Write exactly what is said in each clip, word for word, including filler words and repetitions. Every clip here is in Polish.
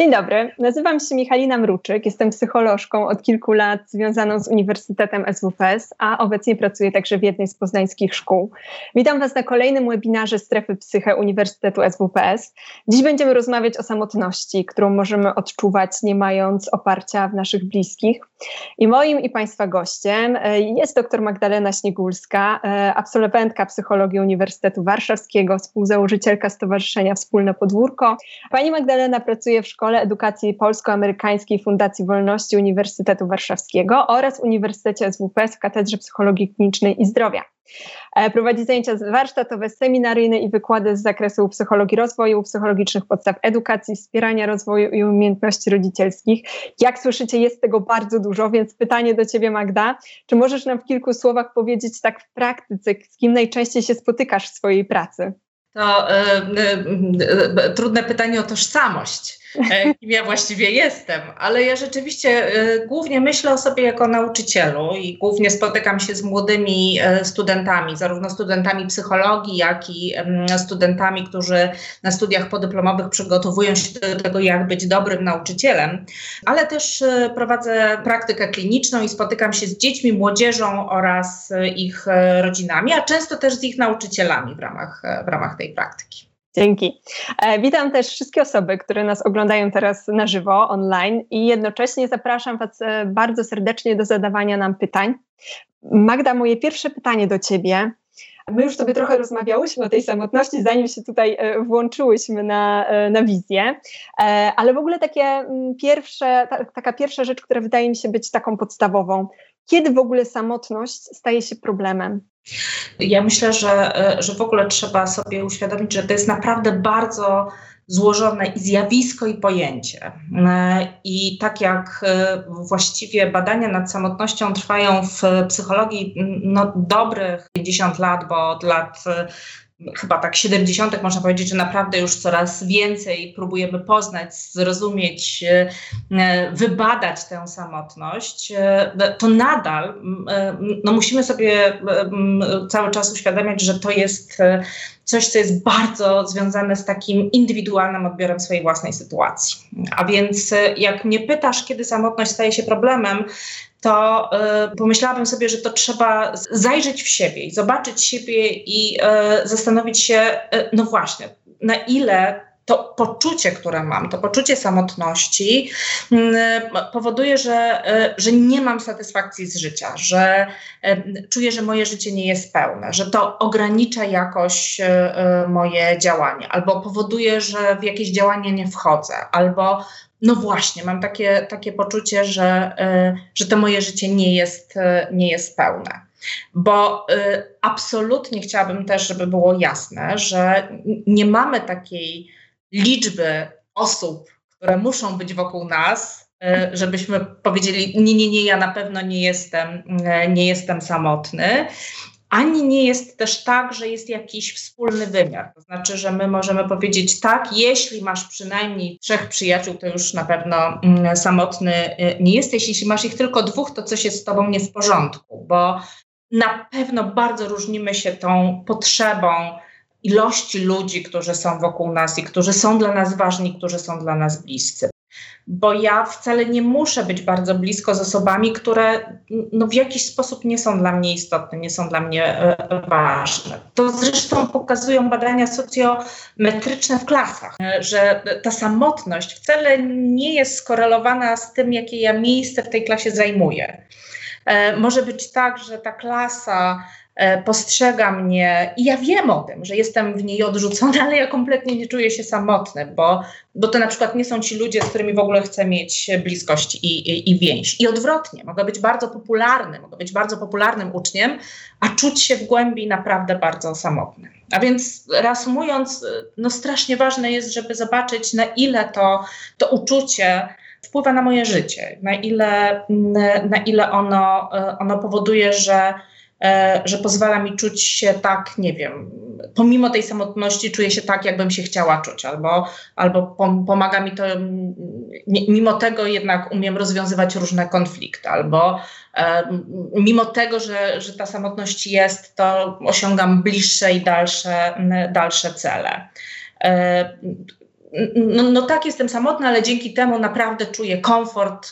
Dzień dobry, nazywam się Michalina Mruczyk, jestem psycholożką od kilku lat związaną z Uniwersytetem S W P S, a obecnie pracuję także w jednej z poznańskich szkół. Witam Was na kolejnym webinarze Strefy Psyche Uniwersytetu S W P S. Dziś będziemy rozmawiać o samotności, którą możemy odczuwać nie mając oparcia w naszych bliskich. I moim i Państwa gościem jest dr Magdalena Śniegulska, absolwentka psychologii Uniwersytetu Warszawskiego, współzałożycielka Stowarzyszenia Wspólne Podwórko. Pani Magdalena pracuje w Szkole Edukacji Polsko-Amerykańskiej Fundacji Wolności Uniwersytetu Warszawskiego oraz Uniwersytecie S W P S w Katedrze Psychologii Klinicznej i Zdrowia. Prowadzi zajęcia warsztatowe, seminaryjne i wykłady z zakresu psychologii rozwoju, psychologicznych podstaw edukacji, wspierania rozwoju i umiejętności rodzicielskich. Jak słyszycie, jest tego bardzo dużo, więc pytanie do Ciebie, Magda. Czy możesz nam w kilku słowach powiedzieć tak w praktyce, z kim najczęściej się spotykasz w swojej pracy? To y, y, y, trudne pytanie o tożsamość, kim ja właściwie jestem, ale ja rzeczywiście y, głównie myślę o sobie jako nauczycielu i głównie spotykam się z młodymi y, studentami, zarówno studentami psychologii, jak i y, studentami, którzy na studiach podyplomowych przygotowują się do tego, jak być dobrym nauczycielem, ale też y, prowadzę praktykę kliniczną i spotykam się z dziećmi, młodzieżą oraz y, ich y, rodzinami, a często też z ich nauczycielami w ramach, y, w ramach tej praktyki. Dzięki. E, witam też wszystkie osoby, które nas oglądają teraz na żywo, online i jednocześnie zapraszam Was e, bardzo serdecznie do zadawania nam pytań. Magda, moje pierwsze pytanie do Ciebie. My już sobie trochę rozmawiałyśmy o tej samotności, zanim się tutaj e, włączyłyśmy na, e, na wizję, e, ale w ogóle takie m, pierwsze, ta, taka pierwsza rzecz, która wydaje mi się być taką podstawową. Kiedy w ogóle samotność staje się problemem? Ja myślę, że, że w ogóle trzeba sobie uświadomić, że to jest naprawdę bardzo złożone i zjawisko, i pojęcie. I tak jak właściwie badania nad samotnością trwają w psychologii no, dobrych pięćdziesiąt lat, bo od lat chyba tak siedemdziesiątych można powiedzieć, że naprawdę już coraz więcej próbujemy poznać, zrozumieć, wybadać tę samotność, to nadal no, musimy sobie cały czas uświadamiać, że to jest coś, co jest bardzo związane z takim indywidualnym odbiorem swojej własnej sytuacji. A więc jak mnie pytasz, kiedy samotność staje się problemem, to y, pomyślałabym sobie, że to trzeba zajrzeć w siebie i zobaczyć siebie i y, zastanowić się, y, no właśnie, na ile to poczucie, które mam, to poczucie samotności y, powoduje, że, y, że nie mam satysfakcji z życia, że y, czuję, że moje życie nie jest pełne, że to ogranicza jakoś y, y, moje działanie, albo powoduje, że w jakieś działanie nie wchodzę, albo no właśnie, mam takie, takie poczucie, że, y, że to moje życie nie jest, y, nie jest pełne. Bo y, absolutnie chciałabym też, żeby było jasne, że nie mamy takiej liczby osób, które muszą być wokół nas, y, żebyśmy powiedzieli, nie, nie, nie, ja na pewno nie jestem, y, nie jestem samotny. Ani nie jest też tak, że jest jakiś wspólny wymiar. To znaczy, że my możemy powiedzieć tak, jeśli masz przynajmniej trzech przyjaciół, to już na pewno mm, samotny y, nie jesteś. Jeśli masz ich tylko dwóch, to coś jest z tobą nie w porządku, bo na pewno bardzo różnimy się tą potrzebą ilości ludzi, którzy są wokół nas i którzy są dla nas ważni, którzy są dla nas bliscy. Bo ja wcale nie muszę być bardzo blisko z osobami, które no, w jakiś sposób nie są dla mnie istotne, nie są dla mnie e, ważne. To zresztą pokazują badania socjometryczne w klasach, że ta samotność wcale nie jest skorelowana z tym, jakie ja miejsce w tej klasie zajmuję. E, może być tak, że ta klasa postrzega mnie i ja wiem o tym, że jestem w niej odrzucona, ale ja kompletnie nie czuję się samotny, bo, bo to na przykład nie są ci ludzie, z którymi w ogóle chcę mieć bliskość i, i, i więź. I odwrotnie, mogę być bardzo popularny, mogę być bardzo popularnym uczniem, a czuć się w głębi naprawdę bardzo samotny. A więc reasumując, no strasznie ważne jest, żeby zobaczyć, na ile to, to uczucie wpływa na moje życie, na ile, na ile ono, ono powoduje, że że pozwala mi czuć się tak, nie wiem, pomimo tej samotności czuję się tak, jakbym się chciała czuć, albo, albo pomaga mi to, mimo tego jednak umiem rozwiązywać różne konflikty, albo e, mimo tego, że, że ta samotność jest, to osiągam bliższe i dalsze, dalsze cele. E, no, no tak, jestem samotna, ale dzięki temu naprawdę czuję komfort,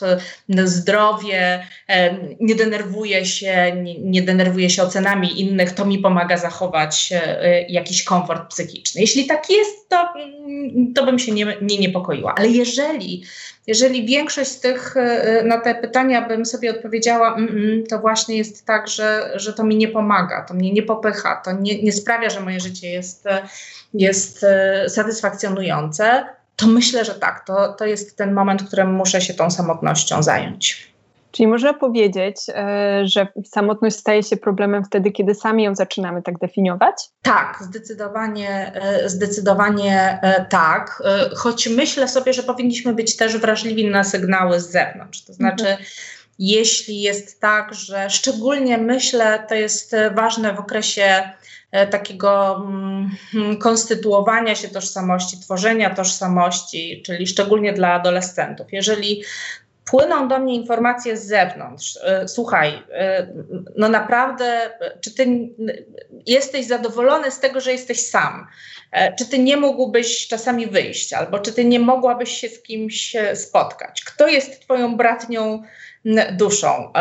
zdrowie, nie denerwuję się, nie, nie denerwuję się ocenami innych, to mi pomaga zachować jakiś komfort psychiczny. Jeśli tak jest, to, to bym się nie, nie niepokoiła. Ale jeżeli, jeżeli większość z tych, na te pytania bym sobie odpowiedziała, mm, to właśnie jest tak, że, że to mi nie pomaga, to mnie nie popycha, to nie, nie sprawia, że moje życie jest, jest satysfakcjonujące, to myślę, że tak, to, to jest ten moment, w którym muszę się tą samotnością zająć. Czyli można powiedzieć, że samotność staje się problemem wtedy, kiedy sami ją zaczynamy tak definiować? Tak, zdecydowanie, zdecydowanie tak. Choć myślę sobie, że powinniśmy być też wrażliwi na sygnały z zewnątrz. To znaczy, mhm. jeśli jest tak, że szczególnie myślę, to jest ważne w okresie takiego mm, konstytuowania się tożsamości, tworzenia tożsamości, czyli szczególnie dla adolescentów. Jeżeli płyną do mnie informacje z zewnątrz, słuchaj, no naprawdę, czy ty jesteś zadowolony z tego, że jesteś sam? Czy ty nie mógłbyś czasami wyjść? Albo czy ty nie mogłabyś się z kimś spotkać? Kto jest twoją bratnią duszą?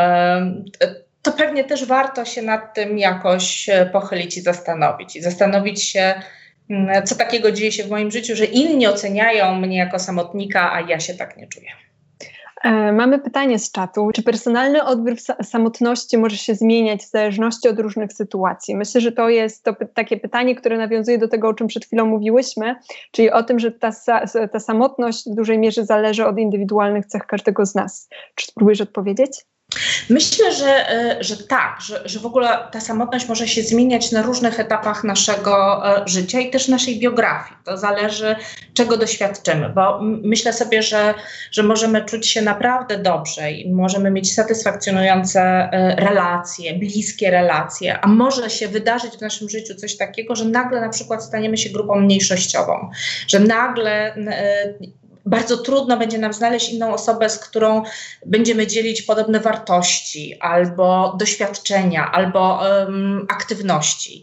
To pewnie też warto się nad tym jakoś pochylić i zastanowić. I zastanowić się, co takiego dzieje się w moim życiu, że inni oceniają mnie jako samotnika, a ja się tak nie czuję. Mamy pytanie z czatu. Czy personalny odbiór samotności może się zmieniać w zależności od różnych sytuacji? Myślę, że to jest to takie pytanie, które nawiązuje do tego, o czym przed chwilą mówiłyśmy, czyli o tym, że ta, ta samotność w dużej mierze zależy od indywidualnych cech każdego z nas. Czy spróbujesz odpowiedzieć? Myślę, że, że tak, że, że w ogóle ta samotność może się zmieniać na różnych etapach naszego życia i też naszej biografii. To zależy, czego doświadczymy, bo myślę sobie, że, że możemy czuć się naprawdę dobrze i możemy mieć satysfakcjonujące relacje, bliskie relacje, a może się wydarzyć w naszym życiu coś takiego, że nagle na przykład staniemy się grupą mniejszościową, że nagle bardzo trudno będzie nam znaleźć inną osobę, z którą będziemy dzielić podobne wartości, albo doświadczenia, albo um, aktywności.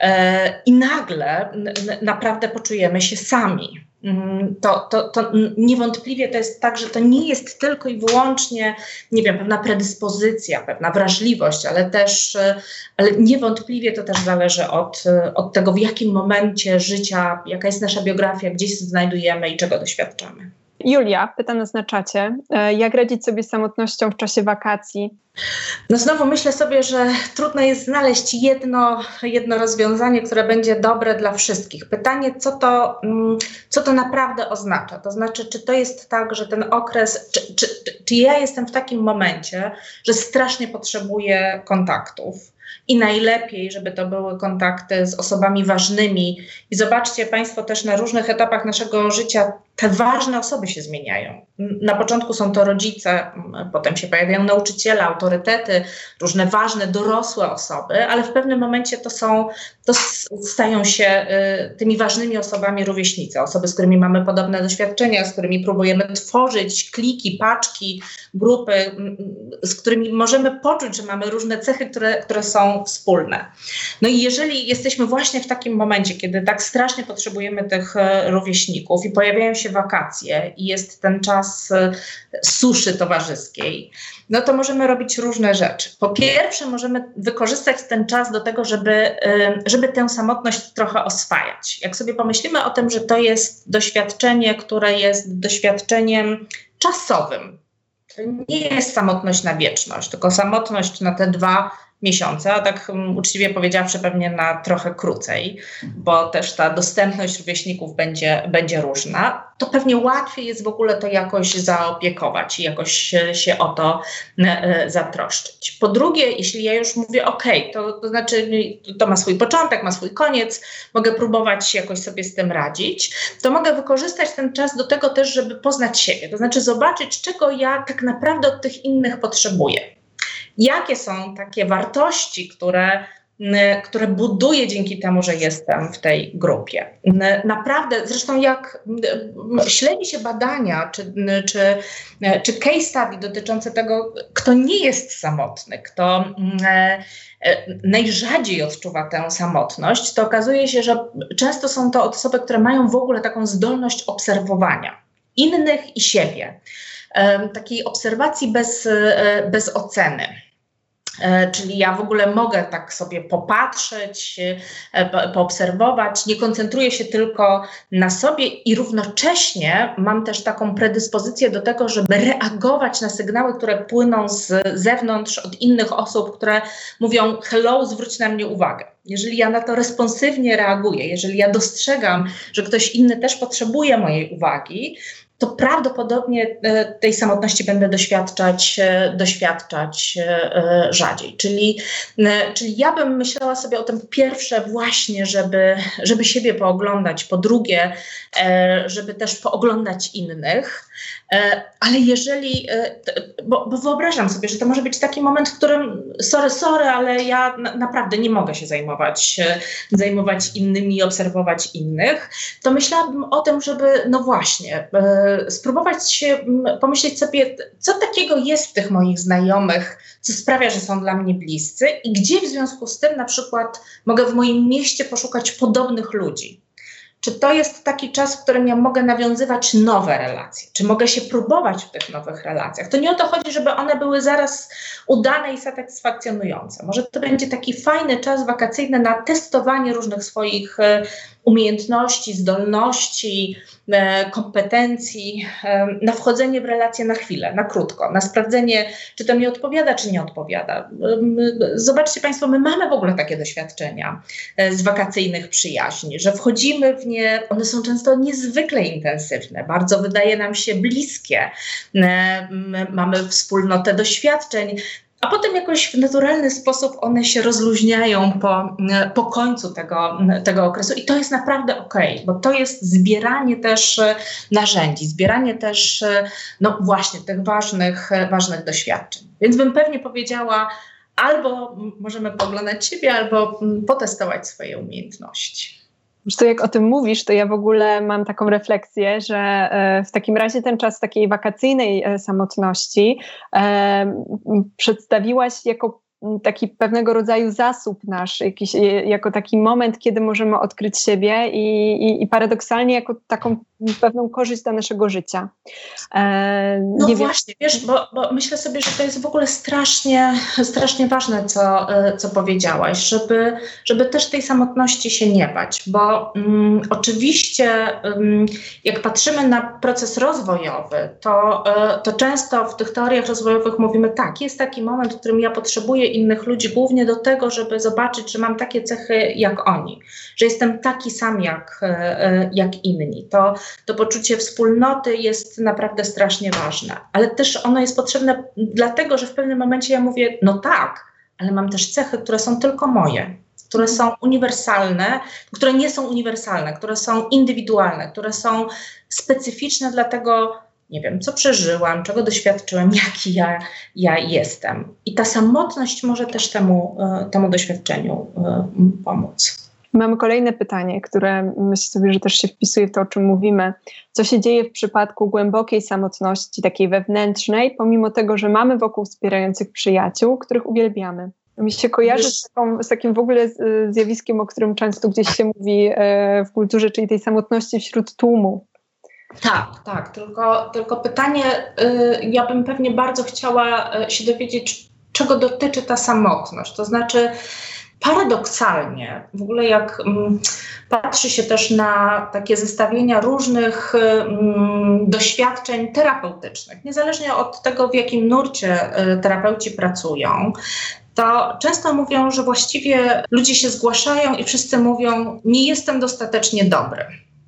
E, I nagle n- naprawdę poczujemy się sami. To, to, to niewątpliwie to jest tak, że to nie jest tylko i wyłącznie, nie wiem, pewna predyspozycja, pewna wrażliwość, ale też, ale niewątpliwie to też zależy od, od tego, w jakim momencie życia, jaka jest nasza biografia, gdzie się znajdujemy i czego doświadczamy. Julia pyta nas na czacie, jak radzić sobie z samotnością w czasie wakacji? No znowu myślę sobie, że trudno jest znaleźć jedno, jedno rozwiązanie, które będzie dobre dla wszystkich. Pytanie, co to, co to naprawdę oznacza? To znaczy, czy to jest tak, że ten okres, czy, czy, czy ja jestem w takim momencie, że strasznie potrzebuję kontaktów i najlepiej, żeby to były kontakty z osobami ważnymi. I zobaczcie Państwo też na różnych etapach naszego życia, te ważne osoby się zmieniają. Na początku są to rodzice, potem się pojawiają nauczyciele, autorytety, różne ważne, dorosłe osoby, ale w pewnym momencie to są, to stają się y, tymi ważnymi osobami rówieśnicy, osoby, z którymi mamy podobne doświadczenia, z którymi próbujemy tworzyć kliki, paczki, grupy, y, z którymi możemy poczuć, że mamy różne cechy, które, które są wspólne. No i jeżeli jesteśmy właśnie w takim momencie, kiedy tak strasznie potrzebujemy tych y, rówieśników i pojawiają się wakacje i jest ten czas y, suszy towarzyskiej, no to możemy robić różne rzeczy. Po pierwsze, możemy wykorzystać ten czas do tego, żeby, żeby tę samotność trochę oswajać. Jak sobie pomyślimy o tym, że to jest doświadczenie, które jest doświadczeniem czasowym. To nie jest samotność na wieczność, tylko samotność na te dwa miesiące, a tak um, uczciwie powiedziawszy pewnie na trochę krócej, bo też ta dostępność rówieśników będzie, będzie różna, to pewnie łatwiej jest w ogóle to jakoś zaopiekować i jakoś się, się o to e, zatroszczyć. Po drugie, jeśli ja już mówię, okej, okay, to, to znaczy to ma swój początek, ma swój koniec, mogę próbować jakoś sobie z tym radzić, to mogę wykorzystać ten czas do tego też, żeby poznać siebie, to znaczy zobaczyć, czego ja tak naprawdę od tych innych potrzebuję. Jakie są takie wartości, które które buduję dzięki temu, że jestem w tej grupie. Naprawdę, zresztą jak śledzi się badania, czy, czy, czy case study dotyczące tego, kto nie jest samotny, kto najrzadziej odczuwa tę samotność, to okazuje się, że często są to osoby, które mają w ogóle taką zdolność obserwowania innych i siebie. Takiej obserwacji bez, bez oceny. Czyli ja w ogóle mogę tak sobie popatrzeć, poobserwować, nie koncentruję się tylko na sobie i równocześnie mam też taką predyspozycję do tego, żeby reagować na sygnały, które płyną z zewnątrz, od innych osób, które mówią hello, zwróć na mnie uwagę. Jeżeli ja na to responsywnie reaguję, jeżeli ja dostrzegam, że ktoś inny też potrzebuje mojej uwagi, to prawdopodobnie tej samotności będę doświadczać, doświadczać rzadziej. Czyli, czyli ja bym myślała sobie o tym pierwsze właśnie, żeby, żeby siebie pooglądać, po drugie, żeby też pooglądać innych, ale jeżeli, bo, bo wyobrażam sobie, że to może być taki moment, w którym sorry, sorry, ale ja na, naprawdę nie mogę się zajmować, zajmować innymi, obserwować innych, to myślałabym o tym, żeby no właśnie spróbować się, pomyśleć sobie, co takiego jest w tych moich znajomych, co sprawia, że są dla mnie bliscy i gdzie w związku z tym na przykład mogę w moim mieście poszukać podobnych ludzi. Czy to jest taki czas, w którym ja mogę nawiązywać nowe relacje? Czy mogę się próbować w tych nowych relacjach? To nie o to chodzi, żeby one były zaraz udane i satysfakcjonujące. Może to będzie taki fajny czas wakacyjny na testowanie różnych swoich umiejętności, zdolności, kompetencji, na wchodzenie w relacje na chwilę, na krótko, na sprawdzenie, czy to mi odpowiada, czy nie odpowiada. Zobaczcie Państwo, my mamy w ogóle takie doświadczenia z wakacyjnych przyjaźni, że wchodzimy w nie, one są często niezwykle intensywne, bardzo wydaje nam się bliskie, mamy wspólnotę doświadczeń, a potem jakoś w naturalny sposób one się rozluźniają po, po końcu tego, tego okresu i to jest naprawdę okej, bo to jest zbieranie też narzędzi, zbieranie też no właśnie tych ważnych, ważnych doświadczeń. Więc bym pewnie powiedziała, albo możemy poglądać siebie, albo potestować swoje umiejętności. Zresztą jak o tym mówisz, to ja w ogóle mam taką refleksję, że w takim razie ten czas takiej wakacyjnej samotności e, przedstawiłaś jako taki pewnego rodzaju zasób nasz, jakiś, jako taki moment, kiedy możemy odkryć siebie i, i, i paradoksalnie jako taką pewną korzyść dla naszego życia. E, no właśnie, wiem. wiesz, bo, bo myślę sobie, że to jest w ogóle strasznie, strasznie ważne, co, co powiedziałaś, żeby, żeby też tej samotności się nie bać, bo um, oczywiście um, jak patrzymy na proces rozwojowy, to, to często w tych teoriach rozwojowych mówimy tak, jest taki moment, w którym ja potrzebuję innych ludzi głównie do tego, żeby zobaczyć, że mam takie cechy jak oni, że jestem taki sam jak, jak inni. To, to poczucie wspólnoty jest naprawdę strasznie ważne, ale też ono jest potrzebne dlatego, że w pewnym momencie ja mówię, no tak, ale mam też cechy, które są tylko moje, które są uniwersalne, które nie są uniwersalne, które są indywidualne, które są specyficzne dla tego, nie wiem, co przeżyłam, czego doświadczyłem, jaki ja, ja jestem. I ta samotność może też temu, temu doświadczeniu pomóc. Mamy kolejne pytanie, które myślę sobie, że też się wpisuje w to, o czym mówimy. Co się dzieje w przypadku głębokiej samotności, takiej wewnętrznej, pomimo tego, że mamy wokół wspierających przyjaciół, których uwielbiamy? Mi się kojarzy z, taką, z takim w ogóle zjawiskiem, o którym często gdzieś się mówi w kulturze, czyli tej samotności wśród tłumu. Tak, tak, tylko, tylko pytanie, y, ja bym pewnie bardzo chciała się dowiedzieć, czego dotyczy ta samotność, to znaczy paradoksalnie, w ogóle jak mm, patrzy się też na takie zestawienia różnych mm, doświadczeń terapeutycznych, niezależnie od tego, w jakim nurcie y, terapeuci pracują, to często mówią, że właściwie ludzie się zgłaszają i wszyscy mówią, nie jestem dostatecznie dobry,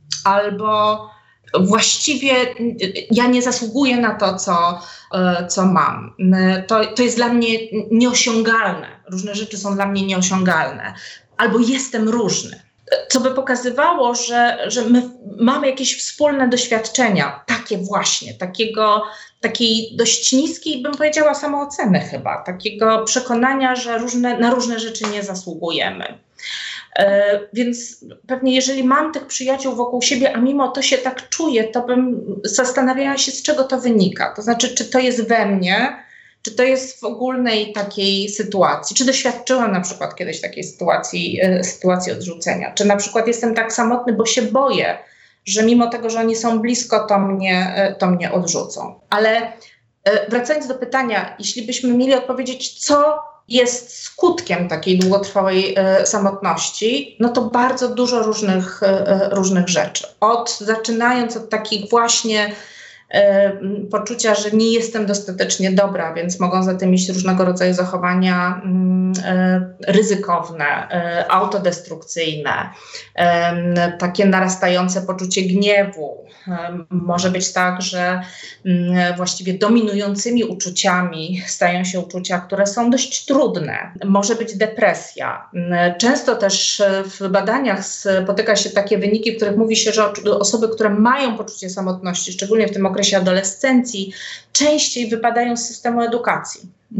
albo właściwie ja nie zasługuję na to, co, co mam. To, to jest dla mnie nieosiągalne. Różne rzeczy są dla mnie nieosiągalne. Albo jestem różny. co by pokazywało, że, że my mamy jakieś wspólne doświadczenia, takie właśnie, takiego, takiej dość niskiej, bym powiedziała, samooceny chyba, takiego przekonania, że różne, na różne rzeczy nie zasługujemy. E, więc pewnie jeżeli mam tych przyjaciół wokół siebie, a mimo to się tak czuję, to bym zastanawiała się, z czego to wynika. To znaczy, czy to jest we mnie, czy to jest w ogólnej takiej sytuacji, czy doświadczyłam na przykład kiedyś takiej sytuacji, e, sytuacji odrzucenia, czy na przykład jestem tak samotny, bo się boję, że mimo tego, że oni są blisko, to mnie, e, to mnie odrzucą. Ale e, wracając do pytania, jeśli byśmy mieli odpowiedzieć, co jest skutkiem takiej długotrwałej e, samotności, no to bardzo dużo różnych, e, różnych rzeczy. Od, zaczynając od takich właśnie e, poczucia, że nie jestem dostatecznie dobra, więc mogą za tym iść różnego rodzaju zachowania mm, e, ryzykowne, e, autodestrukcyjne, e, takie narastające poczucie gniewu. E, może być tak, że mm, właściwie dominującymi uczuciami stają się uczucia, które są dość trudne. Może być depresja. E, często też w badaniach spotyka się takie wyniki, w których mówi się, że osoby, które mają poczucie samotności, szczególnie w tym okresie adolescencji, częściej wypadają z systemu edukacji,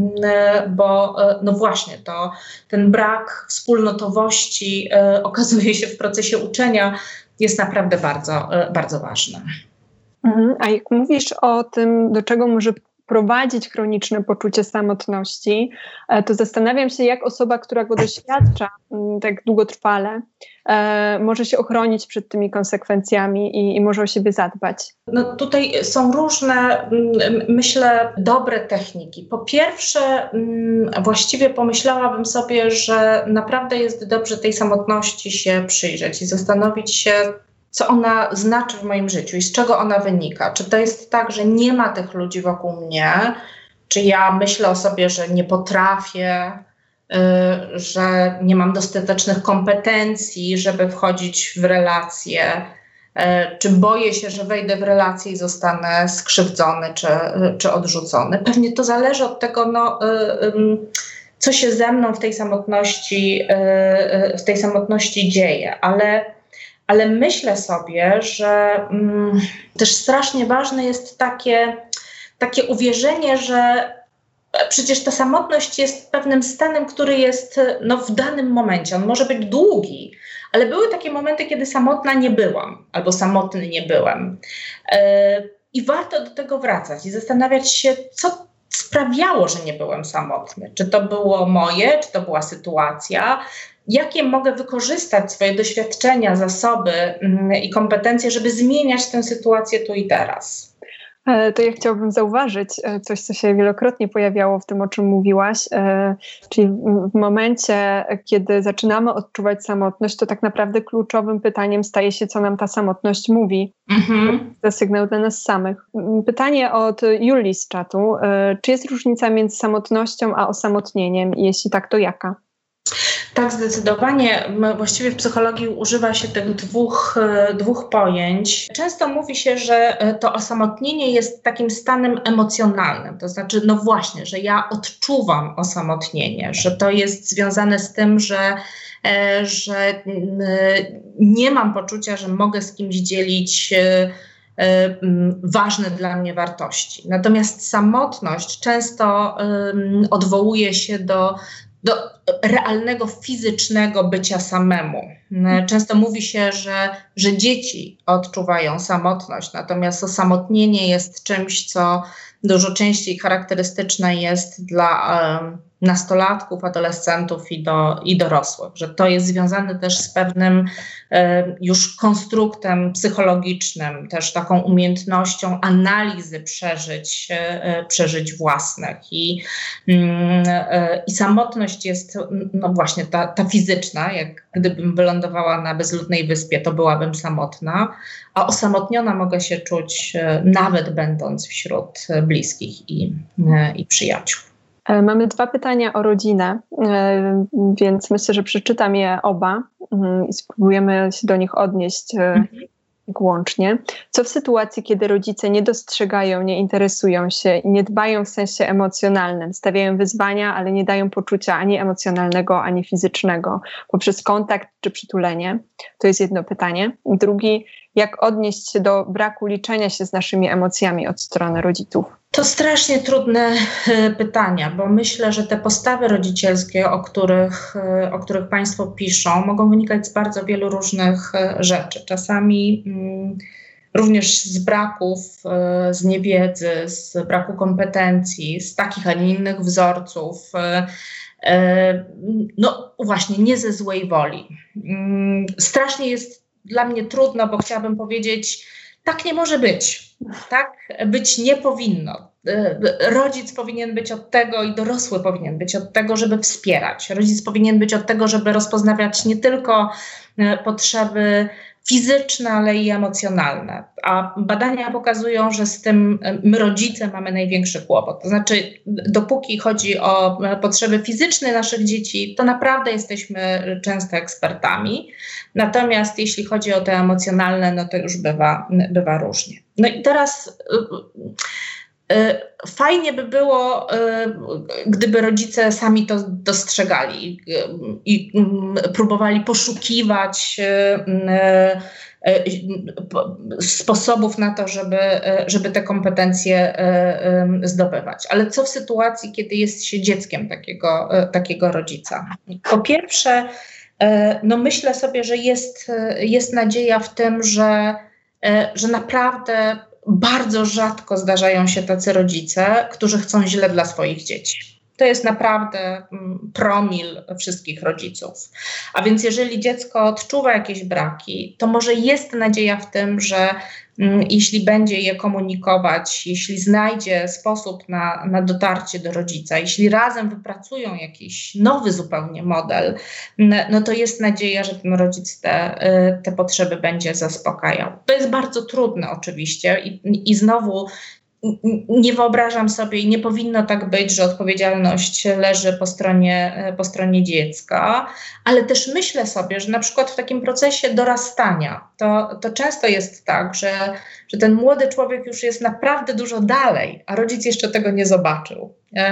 bo no właśnie to, ten brak wspólnotowości e, okazuje się w procesie uczenia jest naprawdę bardzo, e, bardzo ważny. Mhm. A jak mówisz o tym, do czego może prowadzić chroniczne poczucie samotności, to zastanawiam się, jak osoba, która go doświadcza tak długotrwale, może się ochronić przed tymi konsekwencjami i, i może o siebie zadbać. No tutaj są różne, myślę, dobre techniki. Po pierwsze, właściwie pomyślałabym sobie, że naprawdę jest dobrze tej samotności się przyjrzeć i zastanowić się, co ona znaczy w moim życiu i z czego ona wynika. Czy to jest tak, że nie ma tych ludzi wokół mnie, czy ja myślę o sobie, że nie potrafię, y, że nie mam dostatecznych kompetencji, żeby wchodzić w relacje, y, czy boję się, że wejdę w relację i zostanę skrzywdzony czy, y, czy odrzucony. Pewnie to zależy od tego, no, y, y, co się ze mną w tej samotności, y, y, w tej samotności dzieje, ale Ale myślę sobie, że mm, też strasznie ważne jest takie, takie uwierzenie, że przecież ta samotność jest pewnym stanem, który jest no, w danym momencie. On może być długi, ale były takie momenty, kiedy samotna nie byłam albo samotny nie byłem. Yy, I warto do tego wracać i zastanawiać się, co sprawiało, że nie byłem samotny. Czy to było moje, czy to była sytuacja, jakie mogę wykorzystać swoje doświadczenia, zasoby mm, i kompetencje, żeby zmieniać tę sytuację tu i teraz. To ja chciałabym zauważyć coś, co się wielokrotnie pojawiało w tym, o czym mówiłaś, czyli w momencie, kiedy zaczynamy odczuwać samotność, to tak naprawdę kluczowym pytaniem staje się, co nam ta samotność mówi. Mhm. To sygnał dla nas samych. Pytanie od Julii z czatu. Czy jest różnica między samotnością a osamotnieniem? Jeśli tak, to jaka? Tak, zdecydowanie. Właściwie w psychologii używa się tych dwóch, dwóch pojęć. Często mówi się, że to osamotnienie jest takim stanem emocjonalnym. To znaczy, no właśnie, że ja odczuwam osamotnienie, że to jest związane z tym, że, że nie mam poczucia, że mogę z kimś dzielić ważne dla mnie wartości. Natomiast samotność często um, odwołuje się do do realnego, fizycznego bycia samemu. Często mówi się, że, że dzieci odczuwają samotność, natomiast osamotnienie jest czymś, co dużo częściej charakterystyczne jest dla um, nastolatków, adolescentów i, do, i dorosłych, że to jest związane też z pewnym e, już konstruktem psychologicznym, też taką umiejętnością analizy przeżyć, e, przeżyć własnych. I, e, i samotność jest no właśnie ta, ta fizyczna, jak gdybym wylądowała na bezludnej wyspie, to byłabym samotna, a osamotniona mogę się czuć e, nawet będąc wśród bliskich i, e, i przyjaciół. Mamy dwa pytania o rodzinę, więc myślę, że przeczytam je oba i spróbujemy się do nich odnieść. łącznie. Co w sytuacji, kiedy rodzice nie dostrzegają, nie interesują się i nie dbają w sensie emocjonalnym, stawiają wyzwania, ale nie dają poczucia ani emocjonalnego, ani fizycznego poprzez kontakt czy przytulenie? To jest jedno pytanie. Drugi, jak odnieść się do braku liczenia się z naszymi emocjami od strony rodziców? To strasznie trudne pytania, bo myślę, że te postawy rodzicielskie, o których, o których Państwo piszą, mogą wynikać z bardzo wielu różnych rzeczy. Czasami mm, również z braków, z niewiedzy, z braku kompetencji, z takich, a nie innych wzorców. No właśnie, nie ze złej woli. Strasznie jest dla mnie trudno, bo chciałabym powiedzieć, tak nie może być. Tak być nie powinno. Rodzic powinien być od tego i dorosły powinien być od tego, żeby wspierać. Rodzic powinien być od tego, żeby rozpoznawać nie tylko potrzeby fizyczne, ale i emocjonalne. A badania pokazują, że z tym my rodzice mamy największy kłopot. To znaczy, dopóki chodzi o potrzeby fizyczne naszych dzieci, to naprawdę jesteśmy często ekspertami. Natomiast jeśli chodzi o te emocjonalne, no to już bywa, bywa różnie. No i teraz fajnie by było, gdyby rodzice sami to dostrzegali i próbowali poszukiwać sposobów na to, żeby, żeby te kompetencje zdobywać. Ale co w sytuacji, kiedy jest się dzieckiem takiego, takiego rodzica? Po pierwsze, no myślę sobie, że jest, jest nadzieja w tym, że, że naprawdę bardzo rzadko zdarzają się tacy rodzice, którzy chcą źle dla swoich dzieci. To jest naprawdę promil wszystkich rodziców. A więc jeżeli dziecko odczuwa jakieś braki, to może jest nadzieja w tym, że mm, jeśli będzie je komunikować, jeśli znajdzie sposób na, na dotarcie do rodzica, jeśli razem wypracują jakiś nowy zupełnie model, no to jest nadzieja, że ten rodzic te, te potrzeby będzie zaspokajał. To jest bardzo trudne oczywiście i, i znowu nie wyobrażam sobie i nie powinno tak być, że odpowiedzialność leży po stronie, po stronie dziecka, ale też myślę sobie, że na przykład w takim procesie dorastania to, to często jest tak, że, że ten młody człowiek już jest naprawdę dużo dalej, a rodzic jeszcze tego nie zobaczył.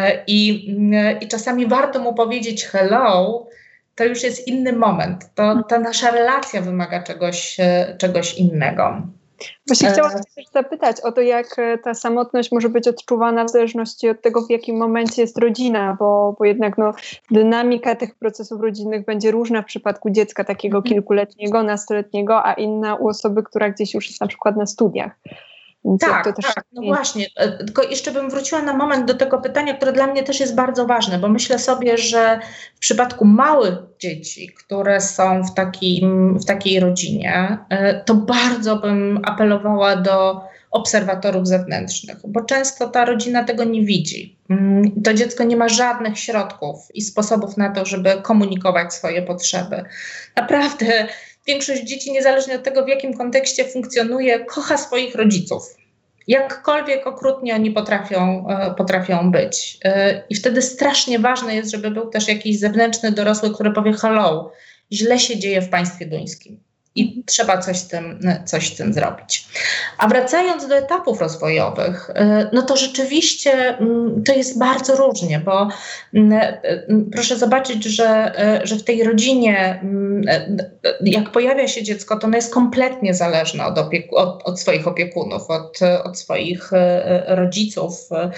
I, i czasami warto mu powiedzieć hello, to już jest inny moment. To, ta nasza relacja wymaga czegoś, czegoś innego. Właśnie chciałam też zapytać o to, jak ta samotność może być odczuwana w zależności od tego, w jakim momencie jest rodzina, bo, bo jednak no, dynamika tych procesów rodzinnych będzie różna w przypadku dziecka takiego kilkuletniego, nastoletniego, a inna u osoby, która gdzieś już jest na przykład na studiach. Więc tak, to też tak, no właśnie. Tylko jeszcze bym wróciła na moment do tego pytania, które dla mnie też jest bardzo ważne, bo myślę sobie, że w przypadku małych dzieci, które są w, takim, w takiej rodzinie, to bardzo bym apelowała do obserwatorów zewnętrznych, bo często ta rodzina tego nie widzi. To dziecko nie ma żadnych środków i sposobów na to, żeby komunikować swoje potrzeby. Naprawdę większość dzieci, niezależnie od tego, w jakim kontekście funkcjonuje, kocha swoich rodziców. Jakkolwiek okrutnie oni potrafią, potrafią być. I wtedy strasznie ważne jest, żeby był też jakiś zewnętrzny dorosły, który powie hello, źle się dzieje w państwie duńskim. I trzeba coś z tym, coś z tym zrobić. A wracając do etapów rozwojowych, no to rzeczywiście to jest bardzo różnie, bo proszę zobaczyć, że, że w tej rodzinie, jak pojawia się dziecko, to ono jest kompletnie zależne od, opieku, od, od swoich opiekunów, od, od swoich rodziców.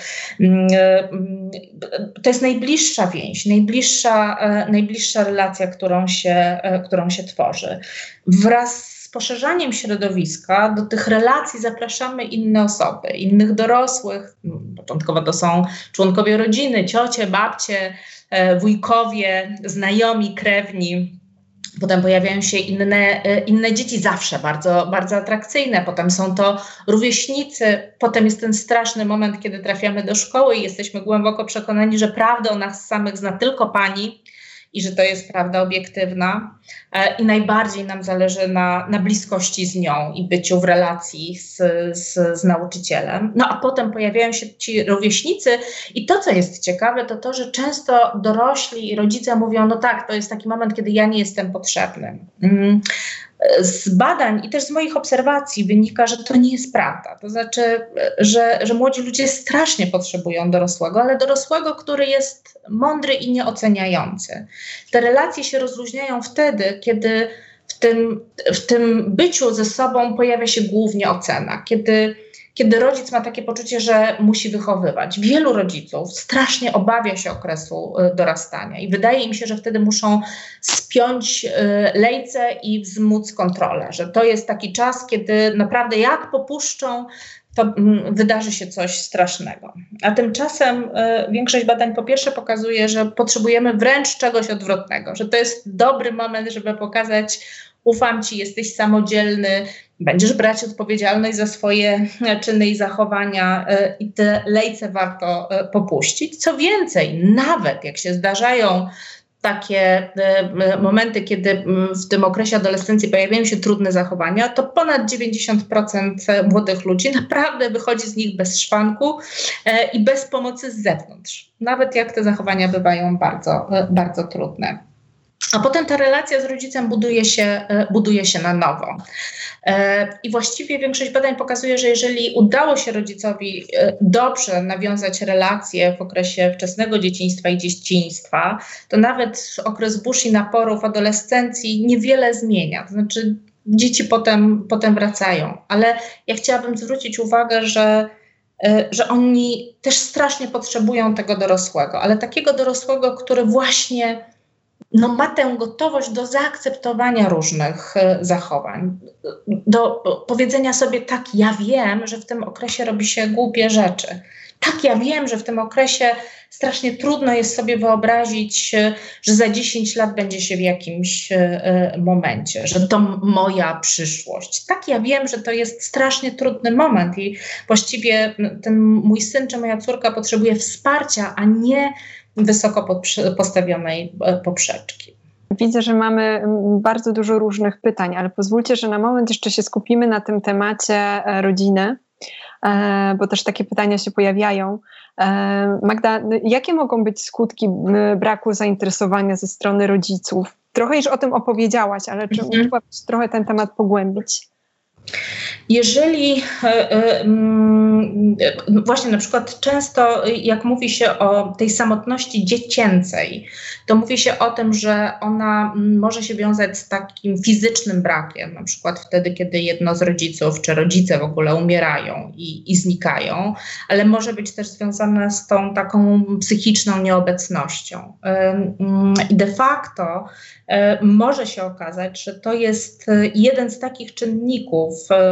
To jest najbliższa więź, najbliższa, najbliższa relacja, którą się, którą się tworzy. Wraz z poszerzaniem środowiska do tych relacji zapraszamy inne osoby, innych dorosłych. Początkowo to są członkowie rodziny, ciocie, babcie, wujkowie, znajomi, krewni. Potem pojawiają się inne, inne dzieci, zawsze bardzo, bardzo atrakcyjne. Potem są to rówieśnicy. Potem jest ten straszny moment, kiedy trafiamy do szkoły i jesteśmy głęboko przekonani, że prawdę o nas samych zna tylko pani i że to jest prawda obiektywna. I najbardziej nam zależy na, na bliskości z nią i byciu w relacji z, z, z nauczycielem. No a potem pojawiają się ci rówieśnicy i to, co jest ciekawe, to to, że często dorośli i rodzice mówią, no tak, to jest taki moment, kiedy ja nie jestem potrzebny. Mm. z badań i też z moich obserwacji wynika, że to nie jest prawda. To znaczy, że, że młodzi ludzie strasznie potrzebują dorosłego, ale dorosłego, który jest mądry i nieoceniający. Te relacje się rozluźniają wtedy, kiedy w tym, w tym byciu ze sobą pojawia się głównie ocena, kiedy Kiedy rodzic ma takie poczucie, że musi wychowywać. Wielu rodziców strasznie obawia się okresu y, dorastania i wydaje im się, że wtedy muszą spiąć y, lejce i wzmóc kontrolę, że to jest taki czas, kiedy naprawdę jak popuszczą, to y, wydarzy się coś strasznego. A tymczasem y, większość badań po pierwsze pokazuje, że potrzebujemy wręcz czegoś odwrotnego, że to jest dobry moment, żeby pokazać: ufam ci, jesteś samodzielny, będziesz brać odpowiedzialność za swoje czyny i zachowania y, i te lejce warto y, popuścić. Co więcej, nawet jak się zdarzają takie y, momenty, kiedy y, w tym okresie adolescencji pojawiają się trudne zachowania, to ponad dziewięćdziesiąt procent młodych ludzi naprawdę wychodzi z nich bez szwanku y, i bez pomocy z zewnątrz. Nawet jak te zachowania bywają bardzo, y, bardzo trudne. A potem ta relacja z rodzicem buduje się, buduje się na nowo. I właściwie większość badań pokazuje, że jeżeli udało się rodzicowi dobrze nawiązać relacje w okresie wczesnego dzieciństwa i dzieciństwa, to nawet okres burz i naporów adolescencji niewiele zmienia. To znaczy dzieci potem, potem wracają. Ale ja chciałabym zwrócić uwagę, że że oni też strasznie potrzebują tego dorosłego, ale takiego dorosłego, który właśnie no, ma tę gotowość do zaakceptowania różnych y, zachowań, do powiedzenia sobie: tak, ja wiem, że w tym okresie robi się głupie rzeczy. Tak, ja wiem, że w tym okresie strasznie trudno jest sobie wyobrazić, y, że za dziesięć lat będzie się w jakimś y, y, momencie, że to moja przyszłość. Tak, ja wiem, że to jest strasznie trudny moment i właściwie ten mój syn czy moja córka potrzebuje wsparcia, a nie wysoko postawionej poprzeczki. Widzę, że mamy bardzo dużo różnych pytań, ale pozwólcie, że na moment jeszcze się skupimy na tym temacie rodziny, bo też takie pytania się pojawiają. Magda, jakie mogą być skutki braku zainteresowania ze strony rodziców? Trochę już o tym opowiedziałaś, ale czy mhm. mogłabyś trochę ten temat pogłębić? Jeżeli właśnie na przykład często jak mówi się o tej samotności dziecięcej, to mówi się o tym, że ona może się wiązać z takim fizycznym brakiem, na przykład wtedy, kiedy jedno z rodziców czy rodzice w ogóle umierają i, i znikają, ale może być też związane z tą taką psychiczną nieobecnością. I de facto może się okazać, że to jest jeden z takich czynników,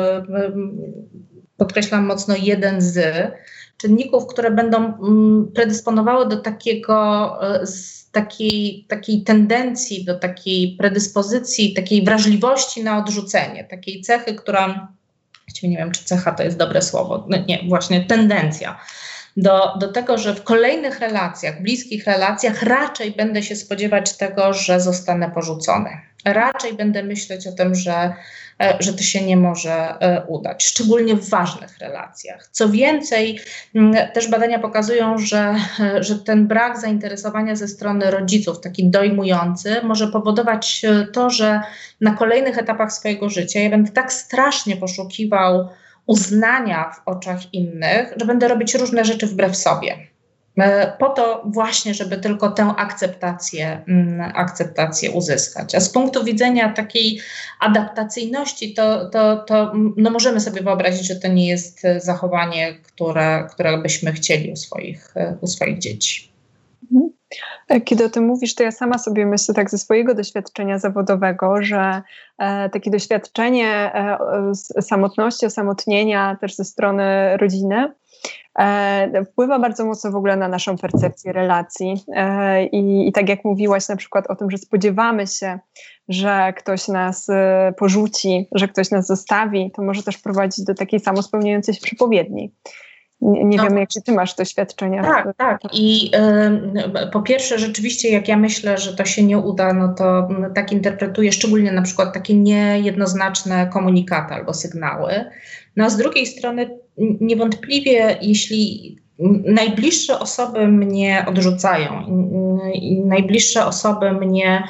podkreślam mocno jeden z czynników, które będą predysponowały do takiego, takiej, takiej tendencji, do takiej predyspozycji, takiej wrażliwości na odrzucenie, takiej cechy, która, nie wiem, czy cecha to jest dobre słowo, nie, właśnie tendencja. Do, do tego, że w kolejnych relacjach, bliskich relacjach raczej będę się spodziewać tego, że zostanę porzucony. Raczej będę myśleć o tym, że, że to się nie może udać, szczególnie w ważnych relacjach. Co więcej, też badania pokazują, że, że ten brak zainteresowania ze strony rodziców, taki dojmujący, może powodować to, że na kolejnych etapach swojego życia ja będę tak strasznie poszukiwał uznania w oczach innych, że będę robić różne rzeczy wbrew sobie. Po to właśnie, żeby tylko tę akceptację, akceptację uzyskać. A z punktu widzenia takiej adaptacyjności, to, to, to no możemy sobie wyobrazić, że to nie jest zachowanie, które, które byśmy chcieli u swoich, u swoich dzieci. Kiedy o tym mówisz, to ja sama sobie myślę tak ze swojego doświadczenia zawodowego, że e, takie doświadczenie e, samotności, osamotnienia też ze strony rodziny e, wpływa bardzo mocno w ogóle na naszą percepcję relacji. E, i, I tak jak mówiłaś na przykład o tym, że spodziewamy się, że ktoś nas e, porzuci, że ktoś nas zostawi, to może też prowadzić do takiej samospełniającej się przepowiedni. Nie, nie no, wiem, jakie ty masz doświadczenia. Tak, tak. I y, po pierwsze rzeczywiście, jak ja myślę, że to się nie uda, no to y, tak interpretuję szczególnie na przykład takie niejednoznaczne komunikaty albo sygnały. No a z drugiej strony niewątpliwie, jeśli najbliższe osoby mnie odrzucają i, i najbliższe osoby mnie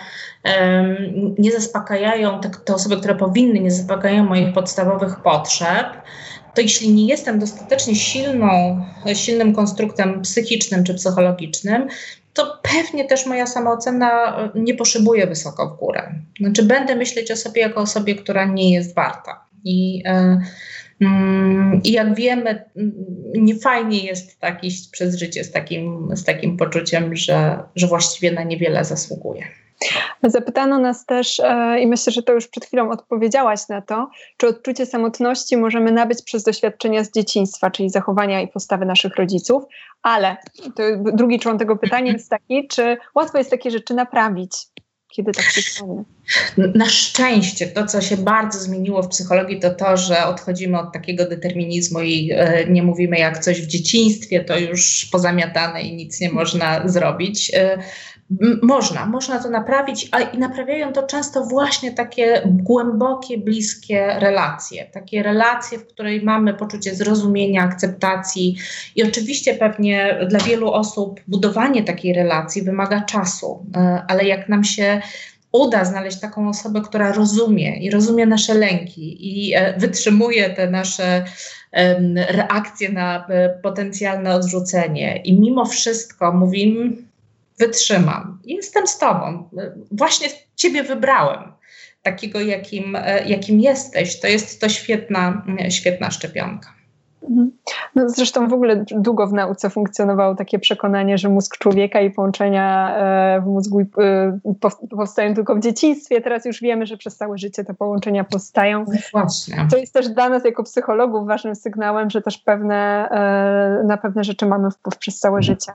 nie zaspokajają, te, te osoby, które powinny, nie zaspokajają moich podstawowych potrzeb, to jeśli nie jestem dostatecznie silną, silnym konstruktem psychicznym czy psychologicznym, to pewnie też moja samoocena nie poszybuje wysoko w górę. Znaczy będę myśleć o sobie jako o osobie, która nie jest warta. I, yy, yy, i jak wiemy, nie fajnie jest tak iść przez życie z takim, z takim poczuciem, że, że właściwie na niewiele zasługuje. Zapytano nas też, e, i myślę, że to już przed chwilą odpowiedziałaś na to, czy odczucie samotności możemy nabyć przez doświadczenia z dzieciństwa, czyli zachowania i postawy naszych rodziców, ale to drugi człon tego pytania jest taki, czy łatwo jest takie rzeczy naprawić, kiedy tak się stanie? Na szczęście to, co się bardzo zmieniło w psychologii, to to, że odchodzimy od takiego determinizmu i e, nie mówimy jak coś w dzieciństwie, to już pozamiatane i nic nie można zrobić. E, Można, można to naprawić, a i naprawiają to często właśnie takie głębokie, bliskie relacje. Takie relacje, w której mamy poczucie zrozumienia, akceptacji i oczywiście pewnie dla wielu osób budowanie takiej relacji wymaga czasu, ale jak nam się uda znaleźć taką osobę, która rozumie i rozumie nasze lęki i wytrzymuje te nasze reakcje na potencjalne odrzucenie i mimo wszystko mówimy, wytrzymam. Jestem z tobą. Właśnie ciebie wybrałem. Takiego, jakim, jakim jesteś. To jest to świetna, świetna szczepionka. No zresztą w ogóle długo w nauce funkcjonowało takie przekonanie, że mózg człowieka i połączenia w mózgu powstają tylko w dzieciństwie. Teraz już wiemy, że przez całe życie te połączenia powstają. Właśnie. To jest też dla nas jako psychologów ważnym sygnałem, że też pewne, na pewne rzeczy mamy wpływ przez całe życie.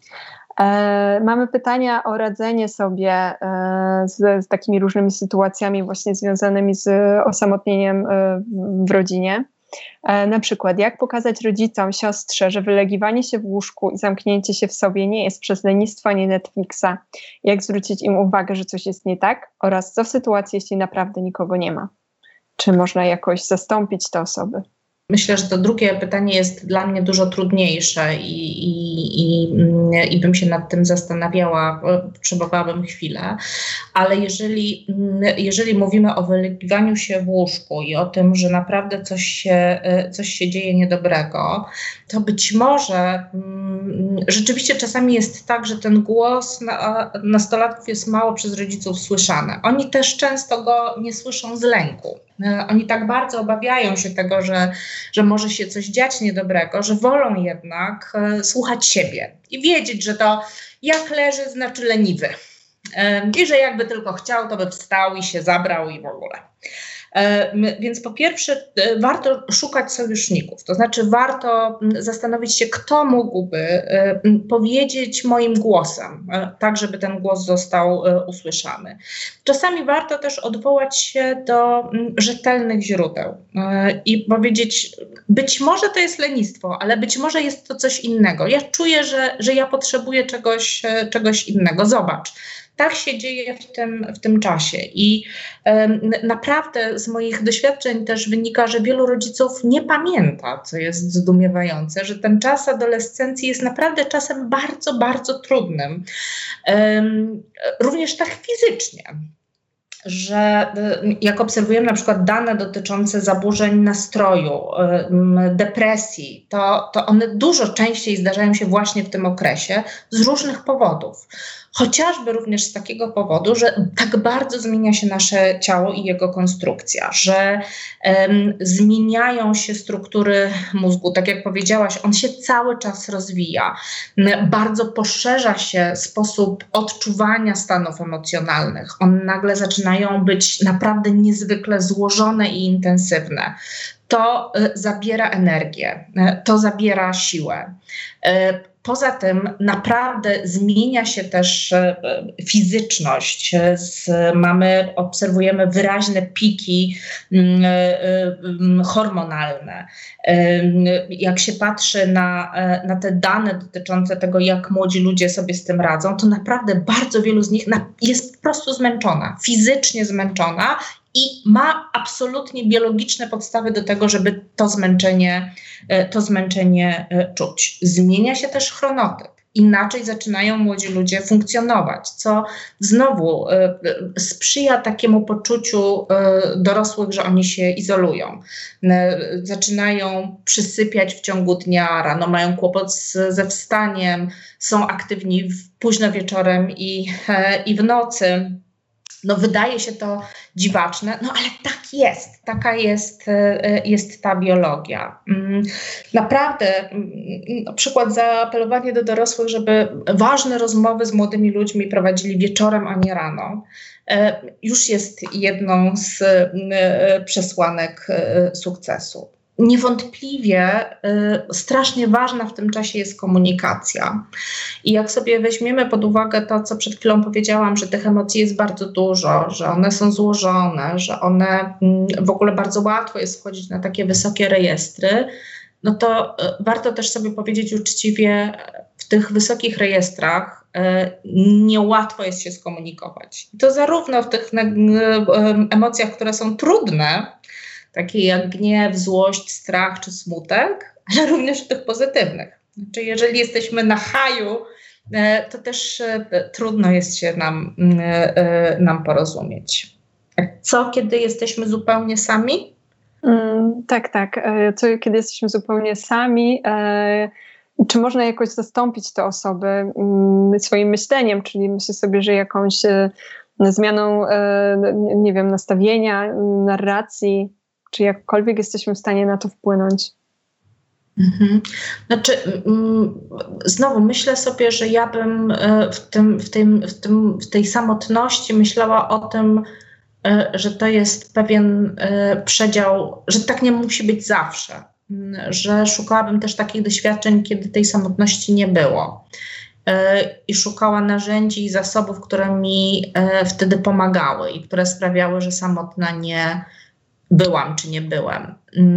E, mamy pytania o radzenie sobie e, z, z takimi różnymi sytuacjami właśnie związanymi z osamotnieniem e, w rodzinie. E, na przykład, jak pokazać rodzicom, siostrze, że wylegiwanie się w łóżku i zamknięcie się w sobie nie jest przez lenistwo, ani Netflixa. Jak zwrócić im uwagę, że coś jest nie tak oraz co w sytuacji, jeśli naprawdę nikogo nie ma. Czy można jakoś zastąpić te osoby? Myślę, że to drugie pytanie jest dla mnie dużo trudniejsze i, i, i, i bym się nad tym zastanawiała, potrzebowałabym chwilę, ale jeżeli, jeżeli mówimy o wylegiwaniu się w łóżku i o tym, że naprawdę coś się, coś się dzieje niedobrego, to być może mm, rzeczywiście czasami jest tak, że ten głos na, nastolatków jest mało przez rodziców słyszany. Oni też często go nie słyszą z lęku. Oni tak bardzo obawiają się tego, że, że może się coś dziać niedobrego, że wolą jednak e, słuchać siebie i wiedzieć, że to jak leży znaczy leniwy. E, I że jakby tylko chciał, to by wstał i się zabrał i w ogóle. E, więc po pierwsze e, warto szukać sojuszników, to znaczy warto m, zastanowić się, kto mógłby e, m, powiedzieć moim głosem, e, tak żeby ten głos został e, usłyszany. Czasami warto też odwołać się do m, rzetelnych źródeł e, i powiedzieć, być może to jest lenistwo, ale być może jest to coś innego. Ja czuję, że, że ja potrzebuję czegoś, e, czegoś innego. Zobacz. Tak się dzieje w tym, w tym czasie i um, naprawdę z moich doświadczeń też wynika, że wielu rodziców nie pamięta, co jest zdumiewające, że ten czas adolescencji jest naprawdę czasem bardzo, bardzo trudnym. Um, również tak fizycznie. Że jak obserwujemy na przykład dane dotyczące zaburzeń nastroju, depresji, to, to one dużo częściej zdarzają się właśnie w tym okresie z różnych powodów. Chociażby również z takiego powodu, że tak bardzo zmienia się nasze ciało i jego konstrukcja, że um, zmieniają się struktury mózgu. Tak jak powiedziałaś, on się cały czas rozwija. Bardzo poszerza się sposób odczuwania stanów emocjonalnych. One nagle zaczynają być naprawdę niezwykle złożone i intensywne. To y, zabiera energię, y, to zabiera siłę. Y, Poza tym naprawdę zmienia się też e, fizyczność. Z, mamy, obserwujemy wyraźne piki e, e, hormonalne. E, jak się patrzy na, e, na te dane dotyczące tego, jak młodzi ludzie sobie z tym radzą, to naprawdę bardzo wielu z nich na, jest po prostu zmęczona, fizycznie zmęczona i ma absolutnie biologiczne podstawy do tego, żeby to zmęczenie, to zmęczenie czuć. Zmienia się też chronotyp inaczej zaczynają młodzi ludzie funkcjonować, co znowu y, sprzyja takiemu poczuciu y, dorosłych, że oni się izolują. Y, zaczynają przysypiać w ciągu dnia, rano mają kłopot z, ze wstaniem, są aktywni w, późno wieczorem i, y, i w nocy. No wydaje się to dziwaczne, no ale tak jest, taka jest, jest ta biologia. Naprawdę, na przykład zaapelowanie do dorosłych, żeby ważne rozmowy z młodymi ludźmi prowadzili wieczorem, a nie rano, już jest jedną z przesłanek sukcesu. Niewątpliwie y, strasznie ważna w tym czasie jest komunikacja. I jak sobie weźmiemy pod uwagę to, co przed chwilą powiedziałam, że tych emocji jest bardzo dużo, że one są złożone, że one y, w ogóle bardzo łatwo jest wchodzić na takie wysokie rejestry, no to y, warto też sobie powiedzieć uczciwie, w tych wysokich rejestrach y, niełatwo jest się skomunikować. I to zarówno w tych y, y, emocjach, które są trudne, takie jak gniew, złość, strach czy smutek, ale również w tych pozytywnych. Znaczy, jeżeli jesteśmy na haju, to też trudno jest się nam, nam porozumieć. Co, kiedy jesteśmy zupełnie sami? Mm, tak, tak. Co, kiedy jesteśmy zupełnie sami? Czy można jakoś zastąpić te osoby swoim myśleniem? Czyli myślę sobie, że jakąś zmianą, nie wiem, nastawienia, narracji, czy jakkolwiek jesteśmy w stanie na to wpłynąć? Mhm. Znaczy, mm, znowu myślę sobie, że ja bym w, tym, w, tym, w, tym, w tej samotności myślała o tym, że to jest pewien przedział, że tak nie musi być zawsze. Że szukałabym też takich doświadczeń, kiedy tej samotności nie było. I szukała narzędzi i zasobów, które mi wtedy pomagały i które sprawiały, że samotna nie byłam czy nie byłem.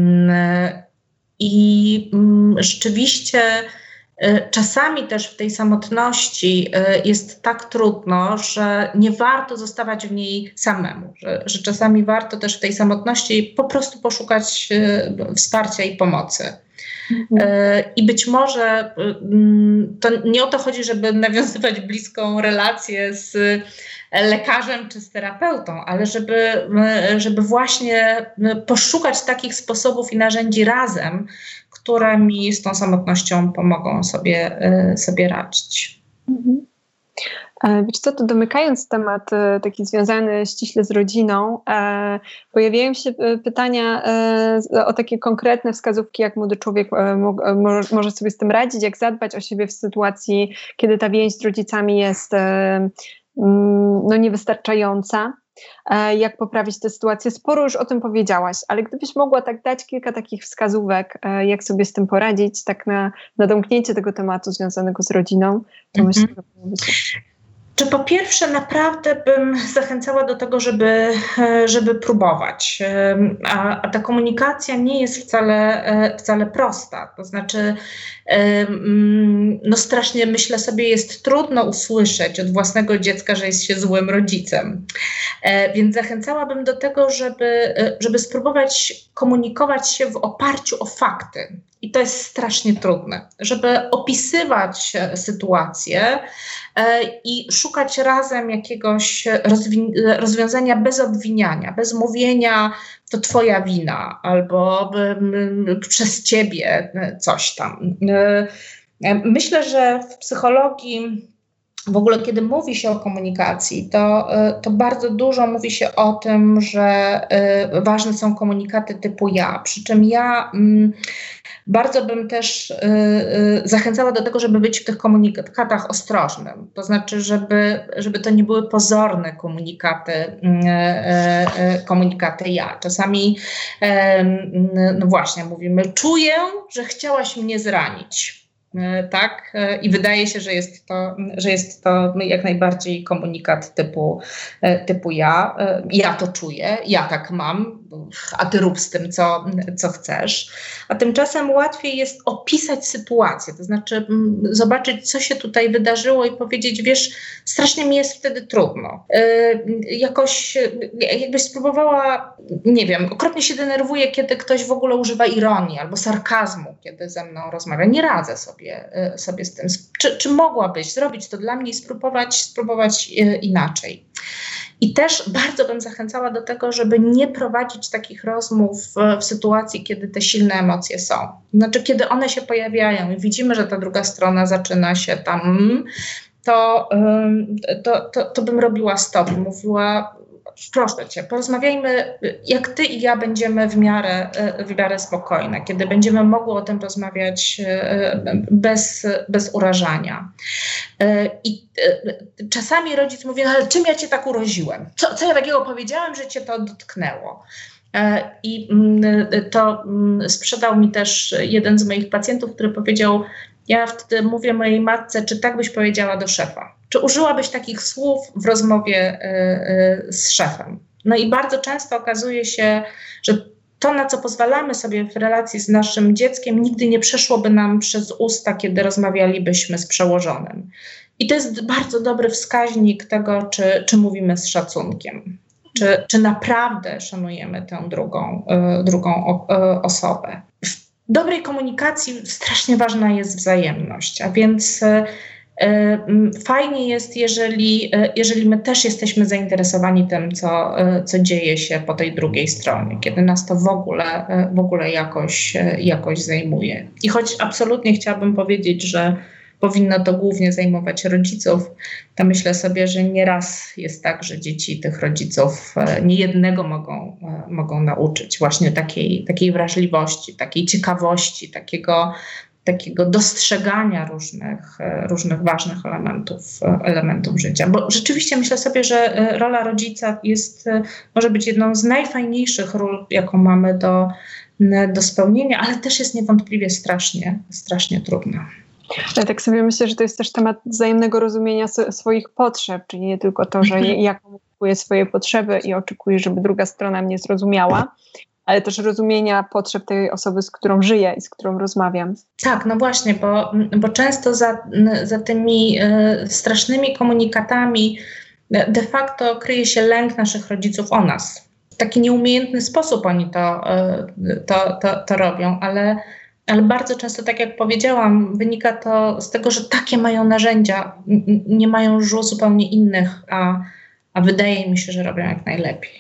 I rzeczywiście czasami też w tej samotności jest tak trudno, że nie warto zostawać w niej samemu, że, że czasami warto też w tej samotności po prostu poszukać wsparcia i pomocy. Mhm. I być może to nie o to chodzi, żeby nawiązywać bliską relację z lekarzem czy z terapeutą, ale żeby, żeby właśnie poszukać takich sposobów i narzędzi razem, które mi z tą samotnością pomogą sobie, sobie radzić. Mhm. Wiesz co, to domykając temat taki związany ściśle z rodziną, e, pojawiają się pytania e, o takie konkretne wskazówki, jak młody człowiek e, mo, może sobie z tym radzić, jak zadbać o siebie w sytuacji, kiedy ta więź z rodzicami jest e, no, niewystarczająca. E, jak poprawić tę sytuację? Sporo już o tym powiedziałaś, ale gdybyś mogła tak dać kilka takich wskazówek, e, jak sobie z tym poradzić, tak na, na domknięcie tego tematu związanego z rodziną, to mm-hmm. myślę, że byłoby super. Czy po pierwsze naprawdę bym zachęcała do tego, żeby, żeby próbować, a, a ta komunikacja nie jest wcale, wcale prosta, to znaczy no strasznie myślę sobie jest trudno usłyszeć od własnego dziecka, że jest się złym rodzicem, więc zachęcałabym do tego, żeby, żeby spróbować komunikować się w oparciu o fakty. I to jest strasznie trudne, żeby opisywać sytuację e, i szukać razem jakiegoś rozwi- rozwiązania bez obwiniania, bez mówienia to twoja wina albo m, przez ciebie coś tam. E, myślę, że w psychologii w ogóle, kiedy mówi się o komunikacji, to, to bardzo dużo mówi się o tym, że y, ważne są komunikaty typu ja. Przy czym ja y, bardzo bym też y, y, zachęcała do tego, żeby być w tych komunikatach ostrożnym. To znaczy, żeby, żeby to nie były pozorne komunikaty, y, y, y, komunikaty ja. Czasami, y, y, no właśnie, mówimy, czuję, że chciałaś mnie zranić. Tak? I wydaje się, że jest to, że jest to jak najbardziej komunikat typu, typu ja. Ja to czuję, ja tak mam. a ty rób z tym, co, co chcesz. A tymczasem łatwiej jest opisać sytuację, to znaczy m, zobaczyć, co się tutaj wydarzyło i powiedzieć, wiesz, strasznie mi jest wtedy trudno. Yy, jakoś, jakbyś spróbowała, nie wiem, okropnie się denerwuję, kiedy ktoś w ogóle używa ironii albo sarkazmu, kiedy ze mną rozmawia. Nie radzę sobie, yy, sobie z tym. Czy, czy mogłabyś zrobić to dla mnie i spróbować, spróbować yy, inaczej? I też bardzo bym zachęcała do tego, żeby nie prowadzić takich rozmów w, w sytuacji, kiedy te silne emocje są. Znaczy, kiedy one się pojawiają i widzimy, że ta druga strona zaczyna się tam, to, to, to, to bym robiła stop i mówiła, proszę cię, porozmawiajmy, jak ty i ja będziemy w miarę, w miarę spokojne, kiedy będziemy mogły o tym rozmawiać bez, bez urażania. I czasami rodzic mówi, ale czym ja cię tak uraziłem? Co, co ja takiego powiedziałem, że cię to dotknęło? I to sprzedał mi też jeden z moich pacjentów, który powiedział, ja wtedy mówię mojej matce, czy tak byś powiedziała do szefa? Czy użyłabyś takich słów w rozmowie y, y, z szefem? No i bardzo często okazuje się, że to, na co pozwalamy sobie w relacji z naszym dzieckiem, nigdy nie przeszłoby nam przez usta, kiedy rozmawialibyśmy z przełożonym. I to jest bardzo dobry wskaźnik tego, czy, czy mówimy z szacunkiem. Czy, czy naprawdę szanujemy tę drugą, y, drugą o, y, osobę. W dobrej komunikacji strasznie ważna jest wzajemność, a więc y, y, fajnie jest, jeżeli, y, jeżeli my też jesteśmy zainteresowani tym, co, y, co dzieje się po tej drugiej stronie, kiedy nas to w ogóle, y, w ogóle jakoś, y, jakoś zajmuje. I choć absolutnie chciałabym powiedzieć, że powinno to głównie zajmować rodziców, to myślę sobie, że nieraz jest tak, że dzieci tych rodziców niejednego mogą, mogą nauczyć właśnie takiej, takiej wrażliwości, takiej ciekawości, takiego, takiego dostrzegania różnych, różnych ważnych elementów, elementów życia. Bo rzeczywiście myślę sobie, że rola rodzica jest, może być jedną z najfajniejszych ról, jaką mamy do, do spełnienia, ale też jest niewątpliwie strasznie, strasznie trudna. Ja tak sobie myślę, że to jest też temat wzajemnego rozumienia so, swoich potrzeb, czyli nie tylko to, że ja komunikuję swoje potrzeby i oczekuję, żeby druga strona mnie zrozumiała, ale też rozumienia potrzeb tej osoby, z którą żyję i z którą rozmawiam. Tak, no właśnie, bo, bo często za, za tymi y, strasznymi komunikatami de facto kryje się lęk naszych rodziców o nas. W taki nieumiejętny sposób oni to, y, to, to, to robią, ale Ale bardzo często, tak jak powiedziałam, wynika to z tego, że takie mają narzędzia, n- nie mają żu zupełnie innych, a, a wydaje mi się, że robią jak najlepiej.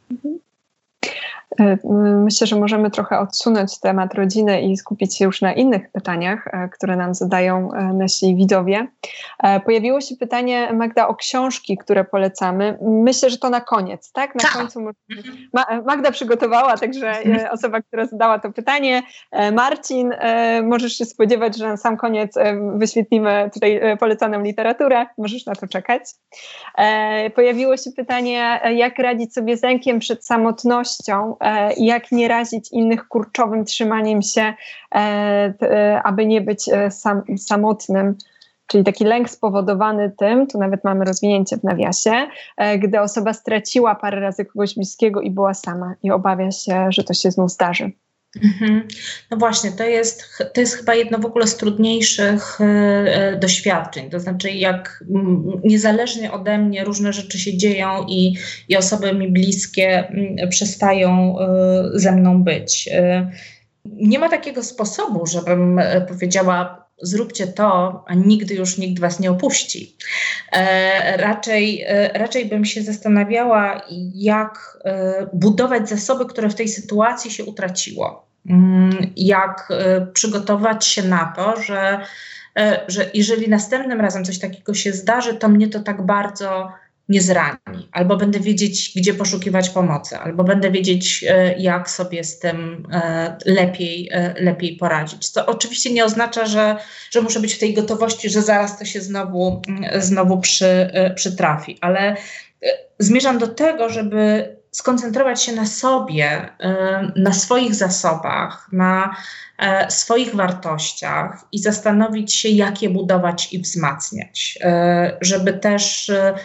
Myślę, że możemy trochę odsunąć temat rodziny i skupić się już na innych pytaniach, które nam zadają nasi widzowie. Pojawiło się pytanie, Magda, o książki, które polecamy. Myślę, że to na koniec, tak? Na końcu Magda przygotowała, także osoba, która zadała to pytanie. Marcin, możesz się spodziewać, że na sam koniec wyświetlimy tutaj polecaną literaturę. Możesz na to czekać. Pojawiło się pytanie, jak radzić sobie z lękiem przed samotnością, jak nie razić innych kurczowym trzymaniem się, aby nie być sam, samotnym, czyli taki lęk spowodowany tym, tu nawet mamy rozwinięcie w nawiasie, gdy osoba straciła parę razy kogoś bliskiego i była sama i obawia się, że to się znów zdarzy. Mhm. No właśnie, to jest, to jest chyba jedno w ogóle z trudniejszych y, doświadczeń. To znaczy, jak m, niezależnie ode mnie różne rzeczy się dzieją i, i osoby mi bliskie m, przestają y, ze mną być. Y, nie ma takiego sposobu, żebym y, powiedziała, zróbcie to, a nigdy już nikt was nie opuści. E, raczej, e, raczej bym się zastanawiała, jak e, budować zasoby, które w tej sytuacji się utraciło. Mm, jak e, przygotować się na to, że, e, że jeżeli następnym razem coś takiego się zdarzy, to mnie to tak bardzo nie zrani, albo będę wiedzieć, gdzie poszukiwać pomocy, albo będę wiedzieć, jak sobie z tym lepiej, lepiej poradzić. To oczywiście nie oznacza, że, że muszę być w tej gotowości, że zaraz to się znowu, znowu przy, przytrafi, ale zmierzam do tego, żeby skoncentrować się na sobie, na swoich zasobach, na swoich wartościach i zastanowić się, jak je budować i wzmacniać, żeby też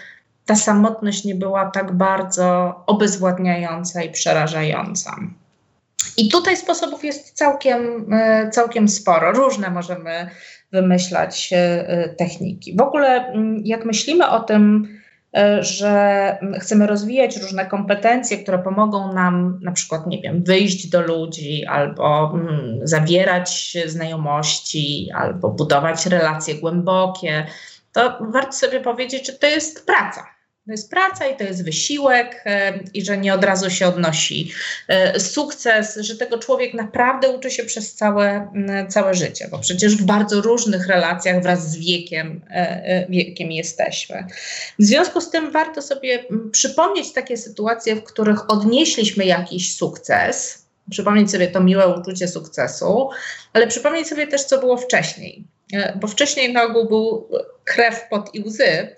ta samotność nie była tak bardzo obezwładniająca i przerażająca. I tutaj sposobów jest całkiem, całkiem sporo. Różne możemy wymyślać techniki. W ogóle jak myślimy o tym, że chcemy rozwijać różne kompetencje, które pomogą nam na przykład, nie wiem, wyjść do ludzi albo mm, zawierać znajomości, albo budować relacje głębokie, to warto sobie powiedzieć, że to jest praca. To jest praca i to jest wysiłek i że nie od razu się odnosi sukces, że tego człowiek naprawdę uczy się przez całe, całe życie, bo przecież w bardzo różnych relacjach wraz z wiekiem, wiekiem jesteśmy. W związku z tym warto sobie przypomnieć takie sytuacje, w których odnieśliśmy jakiś sukces, przypomnieć sobie to miłe uczucie sukcesu, ale przypomnieć sobie też, co było wcześniej, bo wcześniej na ogół był krew, pot i łzy,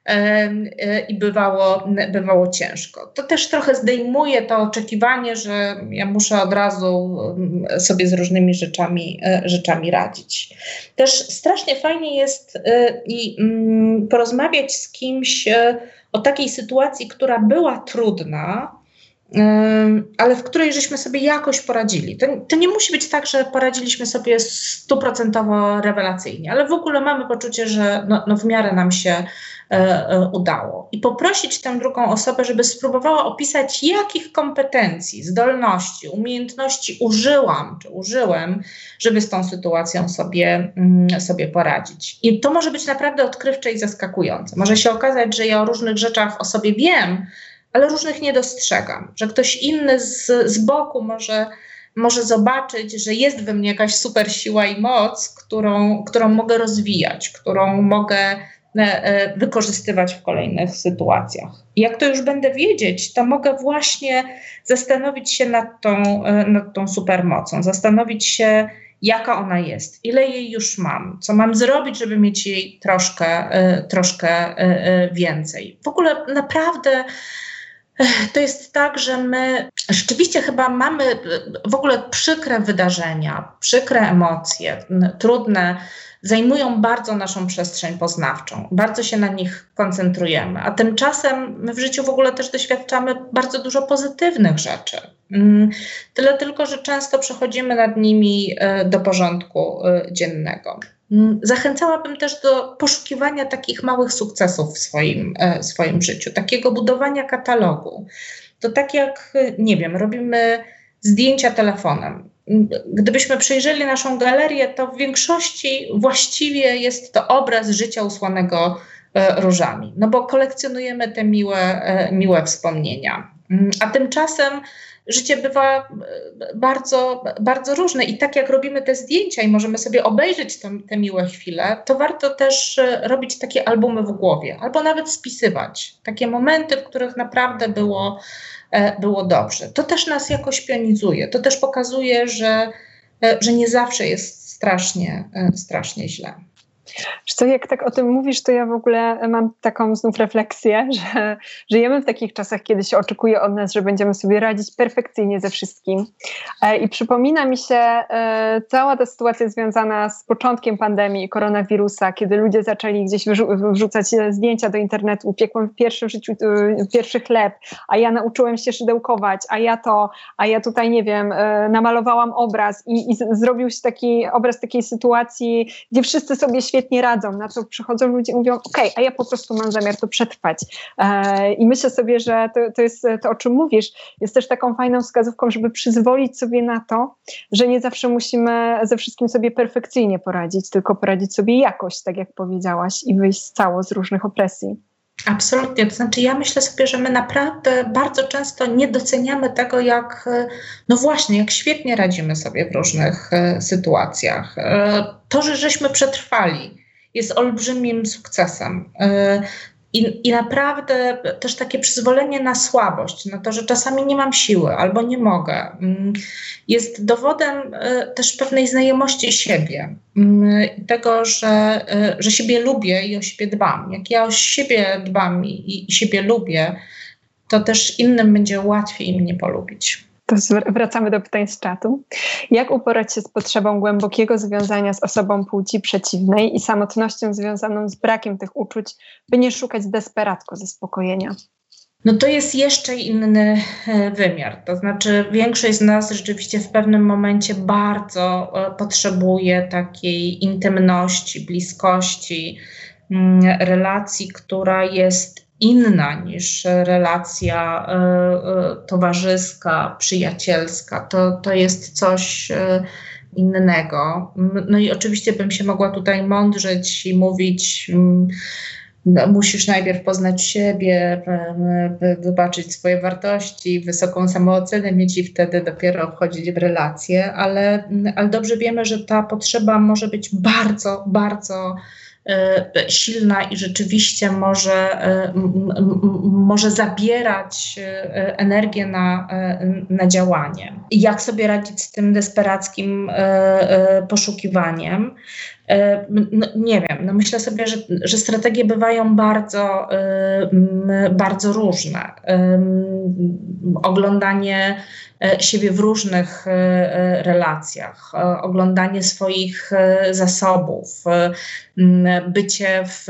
i bywało, bywało ciężko. To też trochę zdejmuje to oczekiwanie, że ja muszę od razu sobie z różnymi rzeczami, rzeczami radzić. Też strasznie fajnie jest i porozmawiać z kimś o takiej sytuacji, która była trudna, ale w której żeśmy sobie jakoś poradzili. To, to nie musi być tak, że poradziliśmy sobie stuprocentowo rewelacyjnie, ale w ogóle mamy poczucie, że no, no w miarę nam się e, e, udało. I poprosić tę drugą osobę, żeby spróbowała opisać, jakich kompetencji, zdolności, umiejętności użyłam, czy użyłem, żeby z tą sytuacją sobie, mm, sobie poradzić. I to może być naprawdę odkrywcze i zaskakujące. Może się okazać, że ja o różnych rzeczach o sobie wiem, ale różnych nie dostrzegam, że ktoś inny z, z boku może, może zobaczyć, że jest we mnie jakaś super siła i moc, którą, którą mogę rozwijać, którą mogę e, wykorzystywać w kolejnych sytuacjach. I jak to już będę wiedzieć, to mogę właśnie zastanowić się nad tą, nad tą supermocą, zastanowić się, jaka ona jest, ile jej już mam, co mam zrobić, żeby mieć jej troszkę, troszkę więcej. W ogóle naprawdę to jest tak, że my rzeczywiście chyba mamy w ogóle przykre wydarzenia, przykre emocje, trudne, zajmują bardzo naszą przestrzeń poznawczą, bardzo się na nich koncentrujemy, a tymczasem my w życiu w ogóle też doświadczamy bardzo dużo pozytywnych rzeczy. Tyle tylko, że często przechodzimy nad nimi do porządku dziennego. Zachęcałabym też do poszukiwania takich małych sukcesów w swoim, w swoim życiu, takiego budowania katalogu. To tak jak, nie wiem, robimy zdjęcia telefonem. Gdybyśmy przejrzeli naszą galerię, to w większości właściwie jest to obraz życia usłanego różami, no bo kolekcjonujemy te miłe, miłe wspomnienia. A tymczasem życie bywa bardzo, bardzo różne i tak jak robimy te zdjęcia i możemy sobie obejrzeć te, te miłe chwile, to warto też robić takie albumy w głowie albo nawet spisywać takie momenty, w których naprawdę było, było dobrze. To też nas jakoś pionizuje, to też pokazuje, że, że nie zawsze jest strasznie, strasznie źle. Co, jak tak o tym mówisz, to ja w ogóle mam taką znów refleksję, że żyjemy w takich czasach, kiedy się oczekuje od nas, że będziemy sobie radzić perfekcyjnie ze wszystkim. I przypomina mi się cała ta sytuacja związana z początkiem pandemii i koronawirusa, kiedy ludzie zaczęli gdzieś wyrzu- wrzucać zdjęcia do internetu. Upiekłem pierwszy w życiu pierwszy chleb, a ja nauczyłem się szydełkować, a ja to, a ja tutaj, nie wiem, namalowałam obraz i, i zrobił się taki obraz takiej sytuacji, gdzie wszyscy sobie świetnie radzą, na co przychodzą ludzie i mówią, okej, a ja po prostu mam zamiar to przetrwać. E, I myślę sobie, że to, to jest to, o czym mówisz, jest też taką fajną wskazówką, żeby przyzwolić sobie na to, że nie zawsze musimy ze wszystkim sobie perfekcyjnie poradzić, tylko poradzić sobie jakoś, tak jak powiedziałaś, i wyjść cało z różnych opresji. Absolutnie, to znaczy ja myślę sobie, że my naprawdę bardzo często nie doceniamy tego, jak, no właśnie, jak świetnie radzimy sobie w różnych e, sytuacjach. E, to, że żeśmy przetrwali, jest olbrzymim sukcesem. E, i, I naprawdę też takie przyzwolenie na słabość, na to, że czasami nie mam siły albo nie mogę, jest dowodem też pewnej znajomości siebie. Tego, że, że siebie lubię i o siebie dbam. Jak ja o siebie dbam i, i siebie lubię, to też innym będzie łatwiej mnie polubić. To wracamy do pytań z czatu. Jak uporać się z potrzebą głębokiego związania z osobą płci przeciwnej i samotnością związaną z brakiem tych uczuć, by nie szukać desperacko zaspokojenia? No to jest jeszcze inny wymiar. To znaczy większość z nas rzeczywiście w pewnym momencie bardzo potrzebuje takiej intymności, bliskości, relacji, która jest inna niż relacja y, y, towarzyska, przyjacielska. To, to jest coś y, innego. No i oczywiście bym się mogła tutaj mądrzeć i mówić, no, musisz najpierw poznać siebie, wybaczyć swoje wartości, wysoką samoocenę mieć i wtedy dopiero wchodzić w relacje, ale, ale dobrze wiemy, że ta potrzeba może być bardzo, bardzo silna i rzeczywiście może, może zabierać energię na, na działanie. Jak sobie radzić z tym desperackim poszukiwaniem? No, nie wiem, no myślę sobie, że, że strategie bywają bardzo, bardzo różne. Oglądanie siebie w różnych relacjach, oglądanie swoich zasobów, bycie w,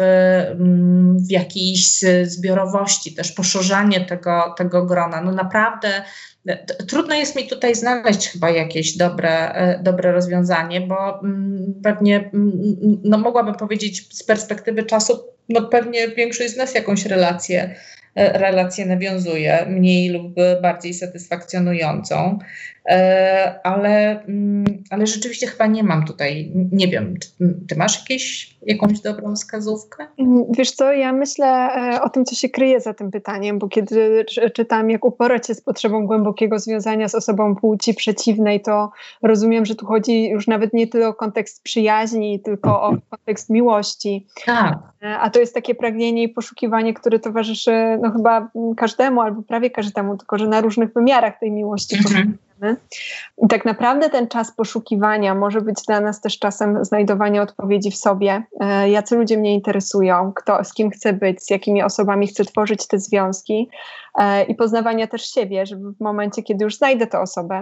w jakiejś zbiorowości, też poszerzanie tego, tego grona. No naprawdę trudno jest mi tutaj znaleźć chyba jakieś dobre, dobre rozwiązanie, bo pewnie, no mogłabym powiedzieć z perspektywy czasu, no pewnie większość z nas jakąś relację relację nawiązuje, mniej lub bardziej satysfakcjonującą, ale, ale rzeczywiście chyba nie mam tutaj, nie wiem, czy ty masz jakieś, jakąś dobrą wskazówkę? Wiesz co, ja myślę o tym, co się kryje za tym pytaniem, bo kiedy czytam, jak uporać się z potrzebą głębokiego związania z osobą płci przeciwnej, to rozumiem, że tu chodzi już nawet nie tyle o kontekst przyjaźni, tylko o kontekst miłości. Tak. A to jest takie pragnienie i poszukiwanie, które towarzyszy no chyba każdemu albo prawie każdemu, tylko że na różnych wymiarach tej miłości mhm. poszukiwamy. I tak naprawdę ten czas poszukiwania może być dla nas też czasem znajdowania odpowiedzi w sobie. E, jacy ludzie mnie interesują, kto, z kim chcę być, z jakimi osobami chcę tworzyć te związki e, i poznawania też siebie, żeby w momencie, kiedy już znajdę tę osobę,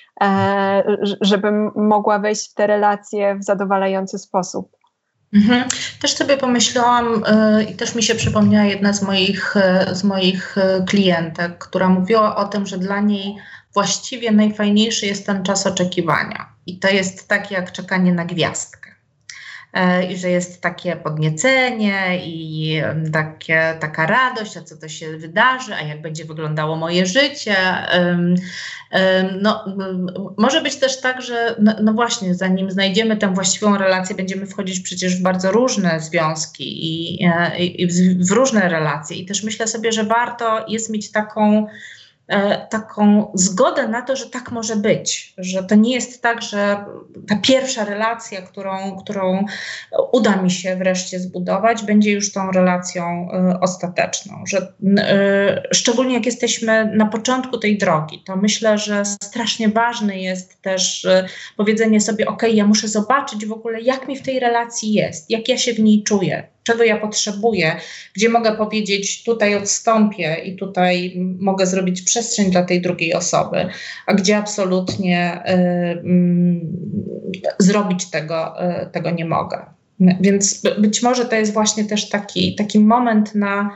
e, żebym mogła wejść w te relacje w zadowalający sposób. Mhm. Też sobie pomyślałam yy, i też mi się przypomniała jedna z moich, yy, z moich yy, klientek, która mówiła o tym, że dla niej właściwie najfajniejszy jest ten czas oczekiwania. I to jest takie jak czekanie na gwiazdkę. Yy, I że jest takie podniecenie i yy, takie, taka radość, a co to się wydarzy, a jak będzie wyglądało moje życie. Yy, No, może być też tak, że no, no właśnie, zanim znajdziemy tę właściwą relację, będziemy wchodzić przecież w bardzo różne związki i, i, i w, w różne relacje. I też myślę sobie, że warto jest mieć taką, e, taką zgodę na to, że tak może być. Że to nie jest tak, że ta pierwsza relacja, którą, którą uda mi się wreszcie zbudować, będzie już tą relacją e, ostateczną. Że, e, szczególnie jak jesteśmy na początku tej drogi, to myślę, że strasznie ważne jest też e, powiedzenie sobie, ok, ja muszę zobaczyć w ogóle, jak mi w tej relacji jest, jak ja się w niej czuję, czego ja potrzebuję, gdzie mogę powiedzieć, tutaj odstąpię i tutaj mogę zrobić przestrzeń dla tej drugiej osoby, a gdzie absolutnie y, y, zrobić tego, y, tego nie mogę. Więc być może to jest właśnie też taki, taki moment na,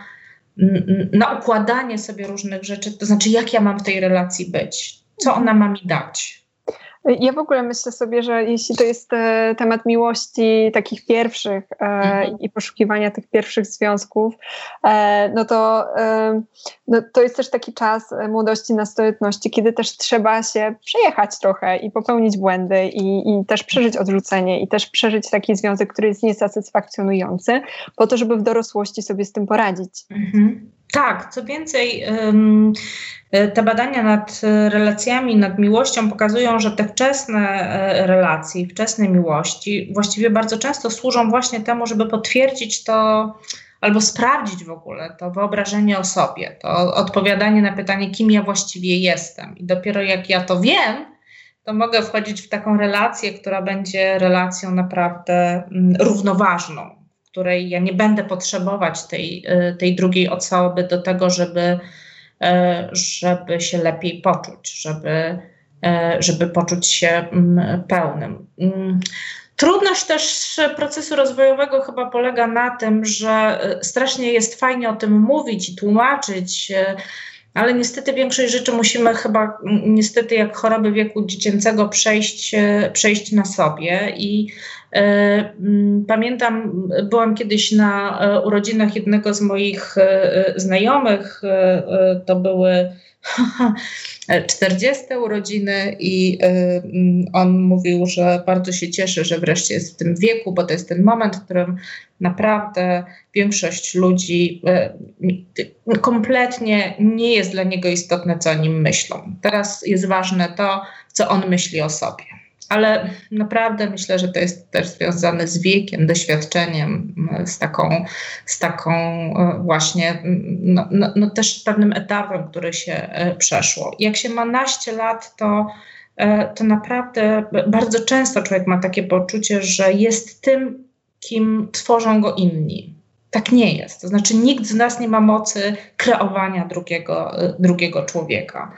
na układanie sobie różnych rzeczy, to znaczy jak ja mam w tej relacji być, co ona ma mi dać. Ja w ogóle myślę sobie, że jeśli to jest e, temat miłości takich pierwszych e, mhm. i poszukiwania tych pierwszych związków, e, no to e, no, to jest też taki czas młodości, nastoletności, kiedy też trzeba się przejechać trochę i popełnić błędy i, i też przeżyć odrzucenie i też przeżyć taki związek, który jest niesatysfakcjonujący, po to, żeby w dorosłości sobie z tym poradzić. Mhm. Tak, co więcej, ym, te badania nad relacjami, nad miłością pokazują, że te wczesne relacje, wczesne miłości właściwie bardzo często służą właśnie temu, żeby potwierdzić to albo sprawdzić w ogóle to wyobrażenie o sobie, to odpowiadanie na pytanie, kim ja właściwie jestem. I dopiero jak ja to wiem, to mogę wchodzić w taką relację, która będzie relacją naprawdę mm, równoważną, w której ja nie będę potrzebować tej, tej drugiej osoby do tego, żeby, żeby się lepiej poczuć, żeby, żeby poczuć się pełnym. Trudność też procesu rozwojowego chyba polega na tym, że strasznie jest fajnie o tym mówić i tłumaczyć, ale niestety większość rzeczy musimy chyba, niestety jak choroby wieku dziecięcego przejść, przejść na sobie. I y, y, pamiętam, byłam kiedyś na y, urodzinach jednego z moich y, znajomych, y, y, to były czterdzieste urodziny i y, on mówił, że bardzo się cieszy, że wreszcie jest w tym wieku, bo to jest ten moment, w którym naprawdę większość ludzi y, kompletnie nie jest dla niego istotne, co o nim myślą. Teraz jest ważne to, co on myśli o sobie. Ale naprawdę myślę, że to jest też związane z wiekiem, doświadczeniem, z taką, z taką właśnie, no, no, no też pewnym etapem, który się przeszło. Jak się ma naście lat, to, to naprawdę bardzo często człowiek ma takie poczucie, że jest tym, kim tworzą go inni. Tak nie jest. To znaczy nikt z nas nie ma mocy kreowania drugiego, drugiego człowieka.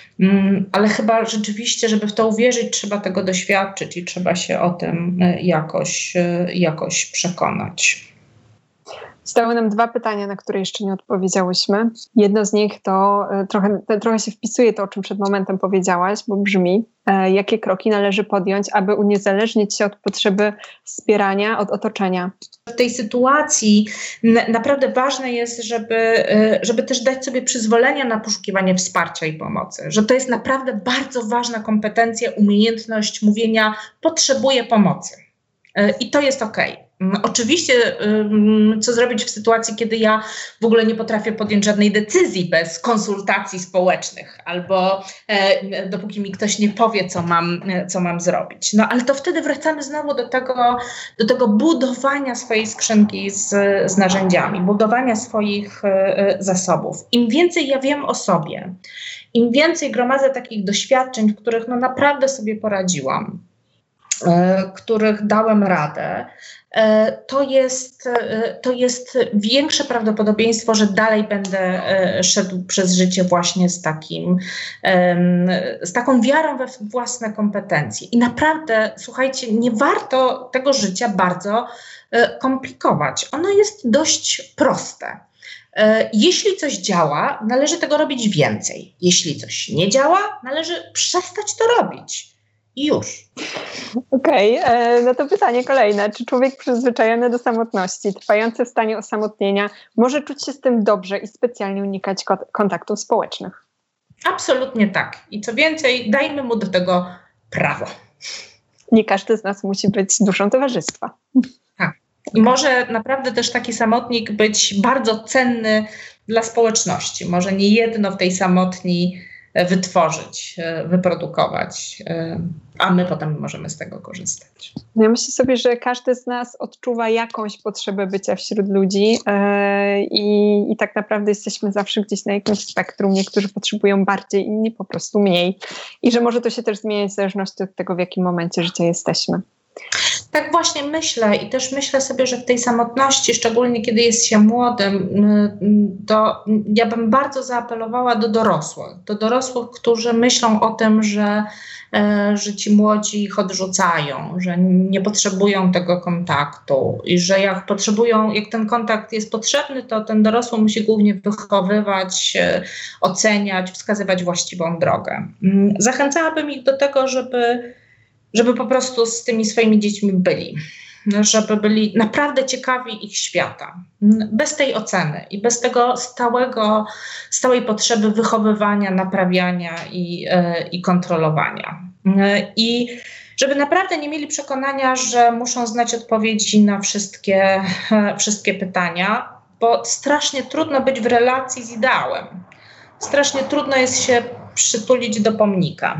Ale chyba rzeczywiście, żeby w to uwierzyć, trzeba tego doświadczyć i trzeba się o tym jakoś, jakoś przekonać. Zostały nam dwa pytania, na które jeszcze nie odpowiedziałyśmy. Jedno z nich to trochę, trochę się wpisuje to, o czym przed momentem powiedziałaś, bo brzmi, e, jakie kroki należy podjąć, aby uniezależnić się od potrzeby wspierania od otoczenia? W tej sytuacji n- naprawdę ważne jest, żeby, żeby też dać sobie przyzwolenie na poszukiwanie wsparcia i pomocy. Że to jest naprawdę bardzo ważna kompetencja, umiejętność mówienia potrzebuję pomocy. E, I to jest okej. Oczywiście, co zrobić w sytuacji, kiedy ja w ogóle nie potrafię podjąć żadnej decyzji bez konsultacji społecznych albo e, dopóki mi ktoś nie powie, co mam, co mam zrobić. No ale to wtedy wracamy znowu do tego, do tego budowania swojej skrzynki z, z narzędziami, budowania swoich e, zasobów. Im więcej ja wiem o sobie, im więcej gromadzę takich doświadczeń, w których no naprawdę sobie poradziłam, e, których dałem radę, To jest, to jest większe prawdopodobieństwo, że dalej będę szedł przez życie właśnie z takim, z taką wiarą we własne kompetencje. I naprawdę, słuchajcie, nie warto tego życia bardzo komplikować. Ono jest dość proste. Jeśli coś działa, należy tego robić więcej. Jeśli coś nie działa, należy przestać to robić. I już. Okej, okay, no to pytanie kolejne. Czy człowiek przyzwyczajony do samotności, trwający w stanie osamotnienia, może czuć się z tym dobrze i specjalnie unikać kontaktów społecznych? Absolutnie tak. I co więcej, dajmy mu do tego prawo. Nie każdy z nas musi być duszą towarzystwa. Tak. I może naprawdę też taki samotnik być bardzo cenny dla społeczności. Może nie jedno w tej samotni wytworzyć, wyprodukować, a my potem możemy z tego korzystać. Ja myślę sobie, że każdy z nas odczuwa jakąś potrzebę bycia wśród ludzi yy, i, i tak naprawdę jesteśmy zawsze gdzieś na jakimś spektrum. Niektórzy potrzebują bardziej, inni po prostu mniej. I że może to się też zmieniać w zależności od tego, w jakim momencie życia jesteśmy. Tak właśnie myślę i też myślę sobie, że w tej samotności, szczególnie kiedy jest się młodym, to ja bym bardzo zaapelowała do dorosłych, do dorosłych, którzy myślą o tym, że, że ci młodzi ich odrzucają, że nie potrzebują tego kontaktu i że jak potrzebują, jak ten kontakt jest potrzebny, to ten dorosły musi głównie wychowywać, oceniać, wskazywać właściwą drogę. Zachęcałabym ich do tego, żeby żeby po prostu z tymi swoimi dziećmi byli, żeby byli naprawdę ciekawi ich świata, bez tej oceny i bez tego stałego, stałej potrzeby wychowywania, naprawiania i, i kontrolowania. I żeby naprawdę nie mieli przekonania, że muszą znać odpowiedzi na wszystkie, wszystkie pytania, bo strasznie trudno być w relacji z ideałem. Strasznie trudno jest się przytulić do pomnika.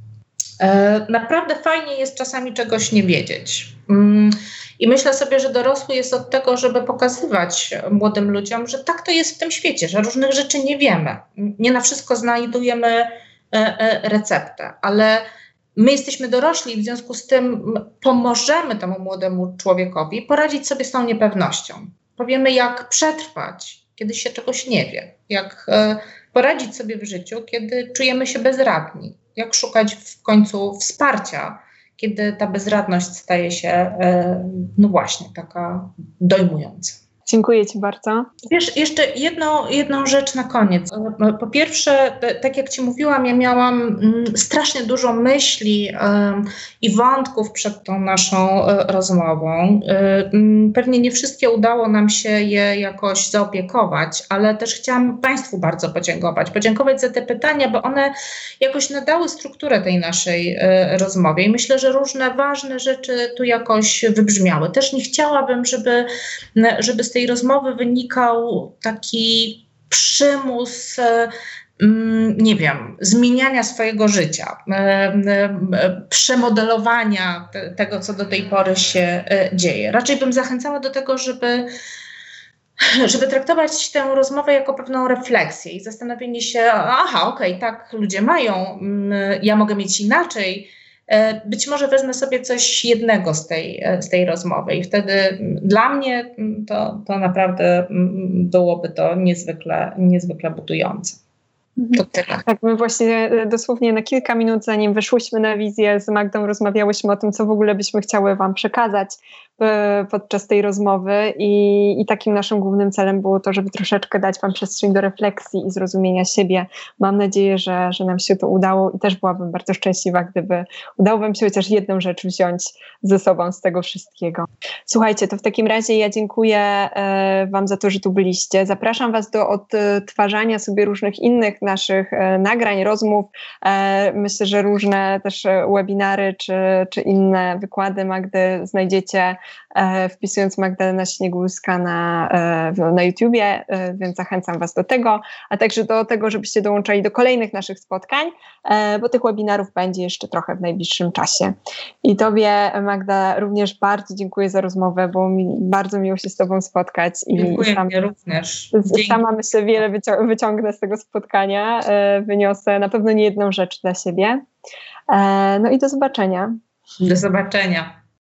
Naprawdę fajnie jest czasami czegoś nie wiedzieć. I myślę sobie, że dorosły jest od tego, żeby pokazywać młodym ludziom, że tak to jest w tym świecie, że różnych rzeczy nie wiemy. Nie na wszystko znajdujemy receptę, ale my jesteśmy dorośli i w związku z tym pomożemy temu młodemu człowiekowi poradzić sobie z tą niepewnością. Powiemy, jak przetrwać, kiedy się czegoś nie wie, jak poradzić sobie w życiu, kiedy czujemy się bezradni. Jak szukać w końcu wsparcia, kiedy ta bezradność staje się, no właśnie, taka dojmująca. Dziękuję Ci bardzo. Wiesz, jeszcze jedną, jedną rzecz na koniec. Po pierwsze, tak jak Ci mówiłam, ja miałam strasznie dużo myśli i wątków przed tą naszą rozmową. Pewnie nie wszystkie udało nam się je jakoś zaopiekować, ale też chciałam Państwu bardzo podziękować. Podziękować za te pytania, bo one jakoś nadały strukturę tej naszej rozmowie i myślę, że różne ważne rzeczy tu jakoś wybrzmiały. Też nie chciałabym, żeby, żeby z tej rozmowy wynikał taki przymus, nie wiem, zmieniania swojego życia, przemodelowania tego, co do tej pory się dzieje. Raczej bym zachęcała do tego, żeby, żeby traktować tę rozmowę jako pewną refleksję i zastanowienie się, aha, okej, okay, tak ludzie mają, ja mogę mieć inaczej. Być może wezmę sobie coś jednego z tej, z tej rozmowy i wtedy dla mnie to, to naprawdę byłoby to niezwykle, niezwykle budujące. To tyle. Tak, my właśnie dosłownie na kilka minut, zanim wyszłyśmy na wizję z Magdą, rozmawiałyśmy o tym, co w ogóle byśmy chciały Wam przekazać podczas tej rozmowy i, i takim naszym głównym celem było to, żeby troszeczkę dać Wam przestrzeń do refleksji i zrozumienia siebie. Mam nadzieję, że, że nam się to udało i też byłabym bardzo szczęśliwa, gdyby udało Wam się chociaż jedną rzecz wziąć ze sobą z tego wszystkiego. Słuchajcie, to w takim razie ja dziękuję e, Wam za to, że tu byliście. Zapraszam Was do odtwarzania sobie różnych innych naszych e, nagrań, rozmów. E, myślę, że różne też webinary czy, czy inne wykłady Magdy znajdziecie e, wpisując Magdalena Śniegulska na, e, na YouTubie, e, więc zachęcam Was do tego, a także do tego, żebyście dołączali do kolejnych naszych spotkań, e, bo tych webinarów będzie jeszcze trochę w najbliższym czasie. I Tobie, Magda, również bardzo dziękuję za rozmowę, bo mi bardzo miło się z Tobą spotkać. Dziękuję i sam, również. Sama myślę, wiele wycią- wyciągnę z tego spotkania, e, wyniosę na pewno nie jedną rzecz dla siebie. E, no i do zobaczenia. Do zobaczenia.